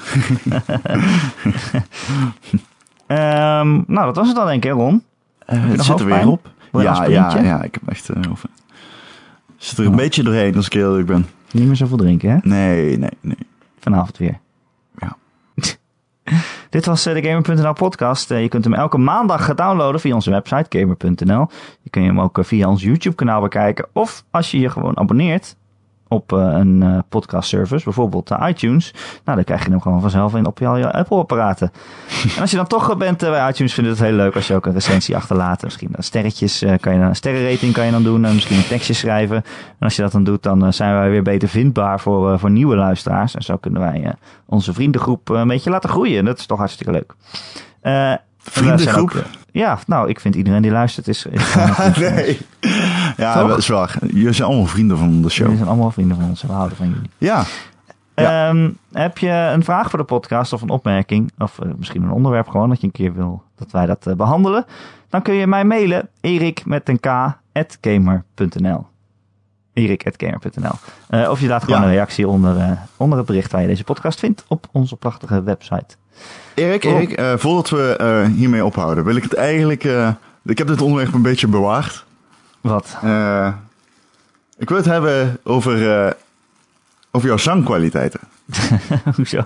Nou, dat was het dan denk ik, Ron. Het zit er weer op. Ja, ik heb echt heel veel. Het zit er een beetje doorheen als ik heel eerlijk ben. Niet meer zoveel drinken, hè? Nee. Vanavond weer. Ja. Dit was de Gamer.nl podcast. Je kunt hem elke maandag downloaden via onze website Gamer.nl. Je kunt hem ook via ons YouTube kanaal bekijken. Of als je je gewoon abonneert op een podcast service, bijvoorbeeld iTunes. Nou, dan krijg je hem gewoon vanzelf in op je Apple apparaten. En als je dan toch bent bij iTunes, vind ik het heel leuk als je ook een recensie achterlaat. Misschien sterretjes, een sterrenrating kan je dan doen. En misschien een tekstje schrijven. En als je dat dan doet, dan zijn wij weer beter vindbaar voor nieuwe luisteraars. En zo kunnen wij onze vriendengroep een beetje laten groeien. Dat is toch hartstikke leuk. Vriendengroep? Ja, nou, ik vind iedereen die luistert is nee. Ja, dat is waar. Jullie zijn allemaal vrienden van de show. Jullie zijn allemaal vrienden van ons. We houden van jullie. Ja. Heb je een vraag voor de podcast of een opmerking? Of misschien een onderwerp gewoon dat je een keer wil dat wij dat behandelen? Dan kun je mij mailen. erik@gamer.nl erik@gamer.nl Of je laat gewoon een reactie onder het bericht waar je deze podcast vindt op onze prachtige website. Erik, voordat we hiermee ophouden, wil ik het eigenlijk... ik heb dit onderwerp een beetje bewaard. Wat? Ik wil het hebben over jouw zangkwaliteiten. Hoezo?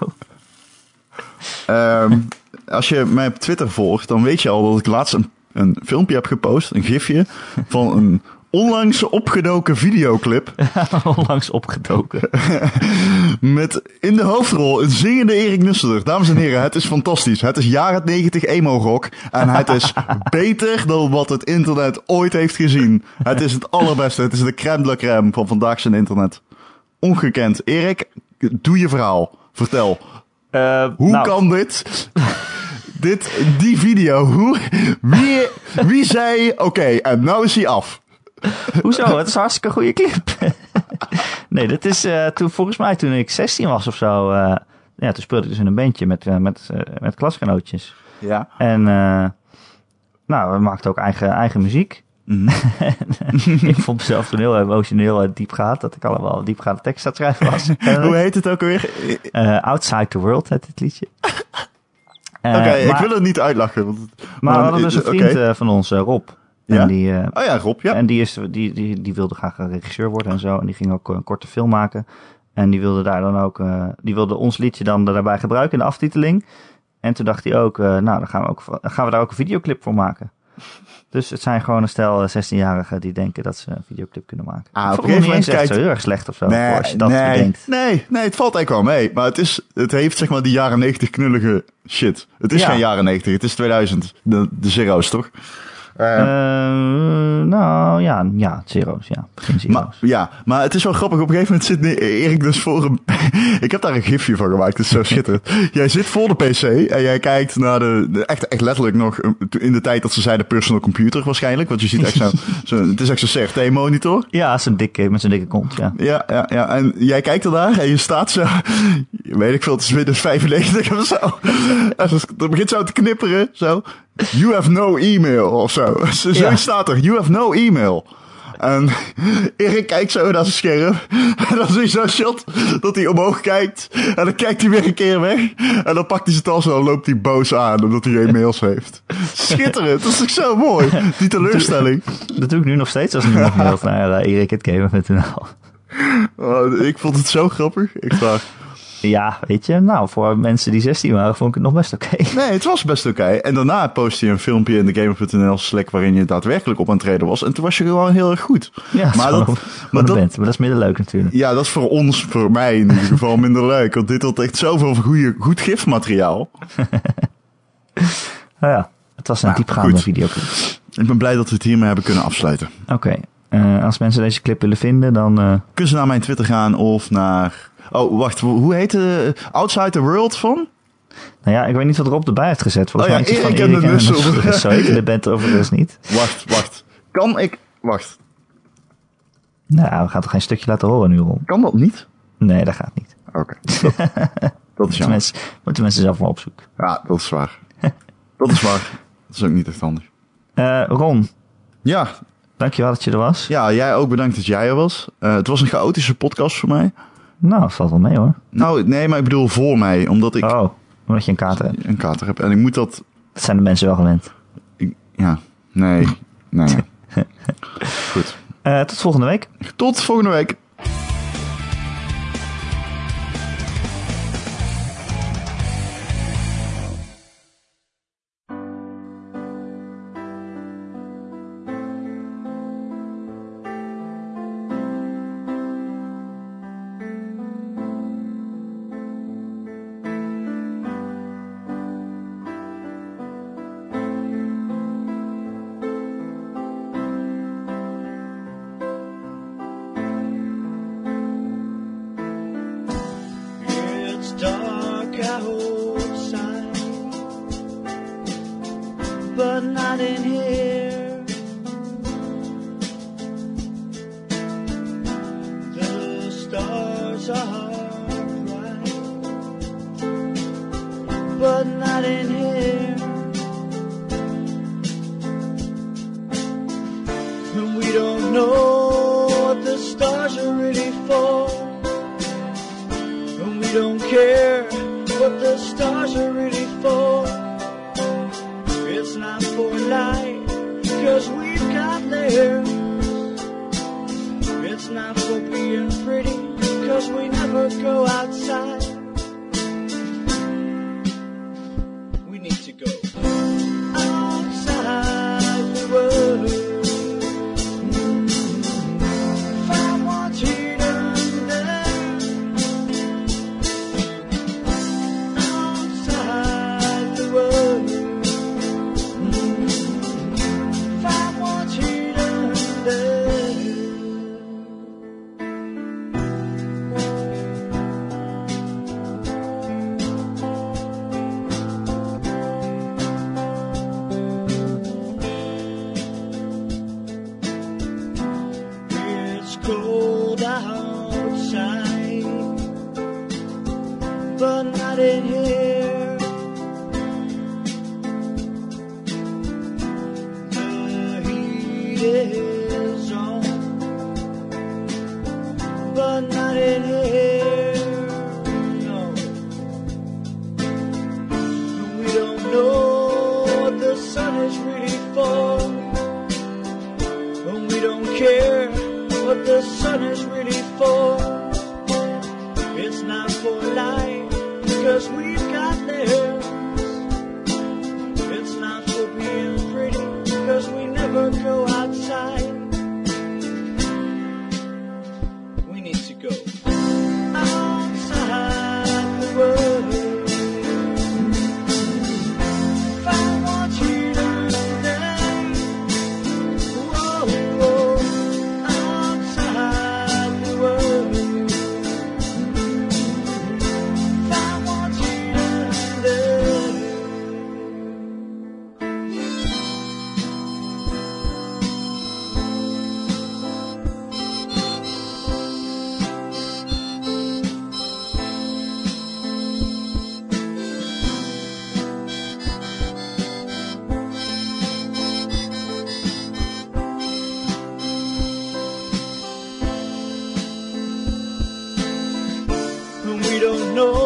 Als je mij op Twitter volgt, dan weet je al dat ik laatst een filmpje heb gepost, een gifje, van een onlangs opgedoken videoclip. Onlangs opgedoken. Met in de hoofdrol een zingende Erik Nusselder. Dames en heren, het is fantastisch. Het is jaren 90 emo-rock. En het is beter dan wat het internet ooit heeft gezien. Het is het allerbeste. Het is de crème de la crème van vandaag zijn internet. Ongekend. Erik, doe je verhaal. Vertel. Hoe kan dit? Die video. Wie zei, oké, en nou is hij af. Hoezo? Het is een hartstikke goede clip. Nee, dit is volgens mij toen ik 16 was of zo. Toen speelde ik dus in een bandje met klasgenootjes. Ja. En we maakten ook eigen muziek. Mm. Ik vond mezelf toen heel emotioneel en diepgaand. Dat ik allemaal diepgaande tekst aan het schrijven was. Hoe heet het ook alweer? Outside the World heet het liedje. Oké, ik wil het niet uitlachen. Maar we hadden dus een vriend van ons, Rob. Ja? En die, Rob, ja. En die wilde graag een regisseur worden en zo. En die ging ook een korte film maken. En die wilde daar dan ook... die wilde ons liedje dan daarbij gebruiken in de aftiteling. En toen dacht hij ook... dan gaan we daar ook een videoclip voor maken. Dus het zijn gewoon een stel 16-jarigen die denken dat ze een videoclip kunnen maken. Op een gegeven moment kijkt... zo heel erg slecht of zo. Als je dat bedenkt. Nee, het valt eigenlijk wel mee. Maar het heeft zeg maar die jaren 90 knullige shit. Het is geen jaren 90, het is 2000. De zero's, toch? Nou, ja, zero's, ja. Begin zero's. Maar het is wel grappig. Op een gegeven moment zit Erik dus voor een... Ik heb daar een gifje van gemaakt. Het is zo schitterend. Jij zit voor de PC en jij kijkt naar echt letterlijk nog in de tijd dat ze zeiden personal computer waarschijnlijk. Want je ziet echt het is echt zo'n CRT-monitor. Ja, met zo'n dikke kont, ja. Ja. En jij kijkt ernaar en je staat zo... Weet ik veel, het is Windows 95 of zo. En het begint zo te knipperen, zo. You have no email of zo. Zo staat er, you have no email. En Erik kijkt zo naar zijn scherm. En dan zie je zo'n shot dat hij omhoog kijkt. En dan kijkt hij weer een keer weg. En dan pakt hij zijn tas en dan loopt hij boos aan omdat hij geen mails heeft. Schitterend, dat is toch zo mooi. Die teleurstelling. Dat doe ik nu nog steeds als niemand mailt naar erik@gamer.nl. Ik vond het zo grappig. Ik dacht... Ja, weet je, nou, voor mensen die 16 waren, vond ik het nog best oké. Nee, het was best oké. En daarna postte je een filmpje in de Gamer.nl Slack waarin je daadwerkelijk op aan het treden was. En toen was je gewoon heel erg goed. Ja, maar dat is minder leuk natuurlijk. Ja, dat is voor mij in ieder geval minder leuk. Want dit had echt zoveel goed gifmateriaal. Nou ja, het was een diepgaande videoclip. Ik ben blij dat we het hiermee hebben kunnen afsluiten. Oké. Als mensen deze clip willen vinden, dan... Kunnen ze naar mijn Twitter gaan of naar... Oh, wacht. Hoe heet de Outside the World van? Nou ja, ik weet niet wat Rob erbij heeft gezet. Volgens mij Erik van en de Nussel. Zo heet de band overigens niet. Wacht. Kan ik... Wacht. Nou, we gaan toch geen stukje laten horen nu, Rob? Kan dat niet? Nee, dat gaat niet. Oké. Dat is jammer. Moeten mensen zelf maar opzoeken. Ja, dat is waar. Dat is ook niet echt handig. Ron. Ja. Dankjewel dat je er was. Ja, jij ook bedankt dat jij er was. Het was een chaotische podcast voor mij. Nou, valt wel mee hoor. Nou, nee, maar ik bedoel voor mij. Omdat ik... Oh, omdat je een kater hebt. Een kater heb. En ik moet dat... Dat zijn de mensen wel gewend. Nee. Goed. Tot volgende week. Tot volgende week. Dark outside, but not in here. The stars are bright, but not in here. And we don't know what the stars are really for. And we don't care what the stars are really for. It's not for light, cause we've got theirs. It's not for being pretty, cause we never go outside. We need to go outside the world. Find what's hidden there. Outside the world. Find what's hidden there. It's cold outside, but not in here. The heat is on, but not in here. No, we don't know what the sun is really for. And we don't care what the sun is really for. It's not for light, cause we've got theirs. It's not for being pretty, cause we never go outside. We need to go outside the world. Find what's hidden there. don't know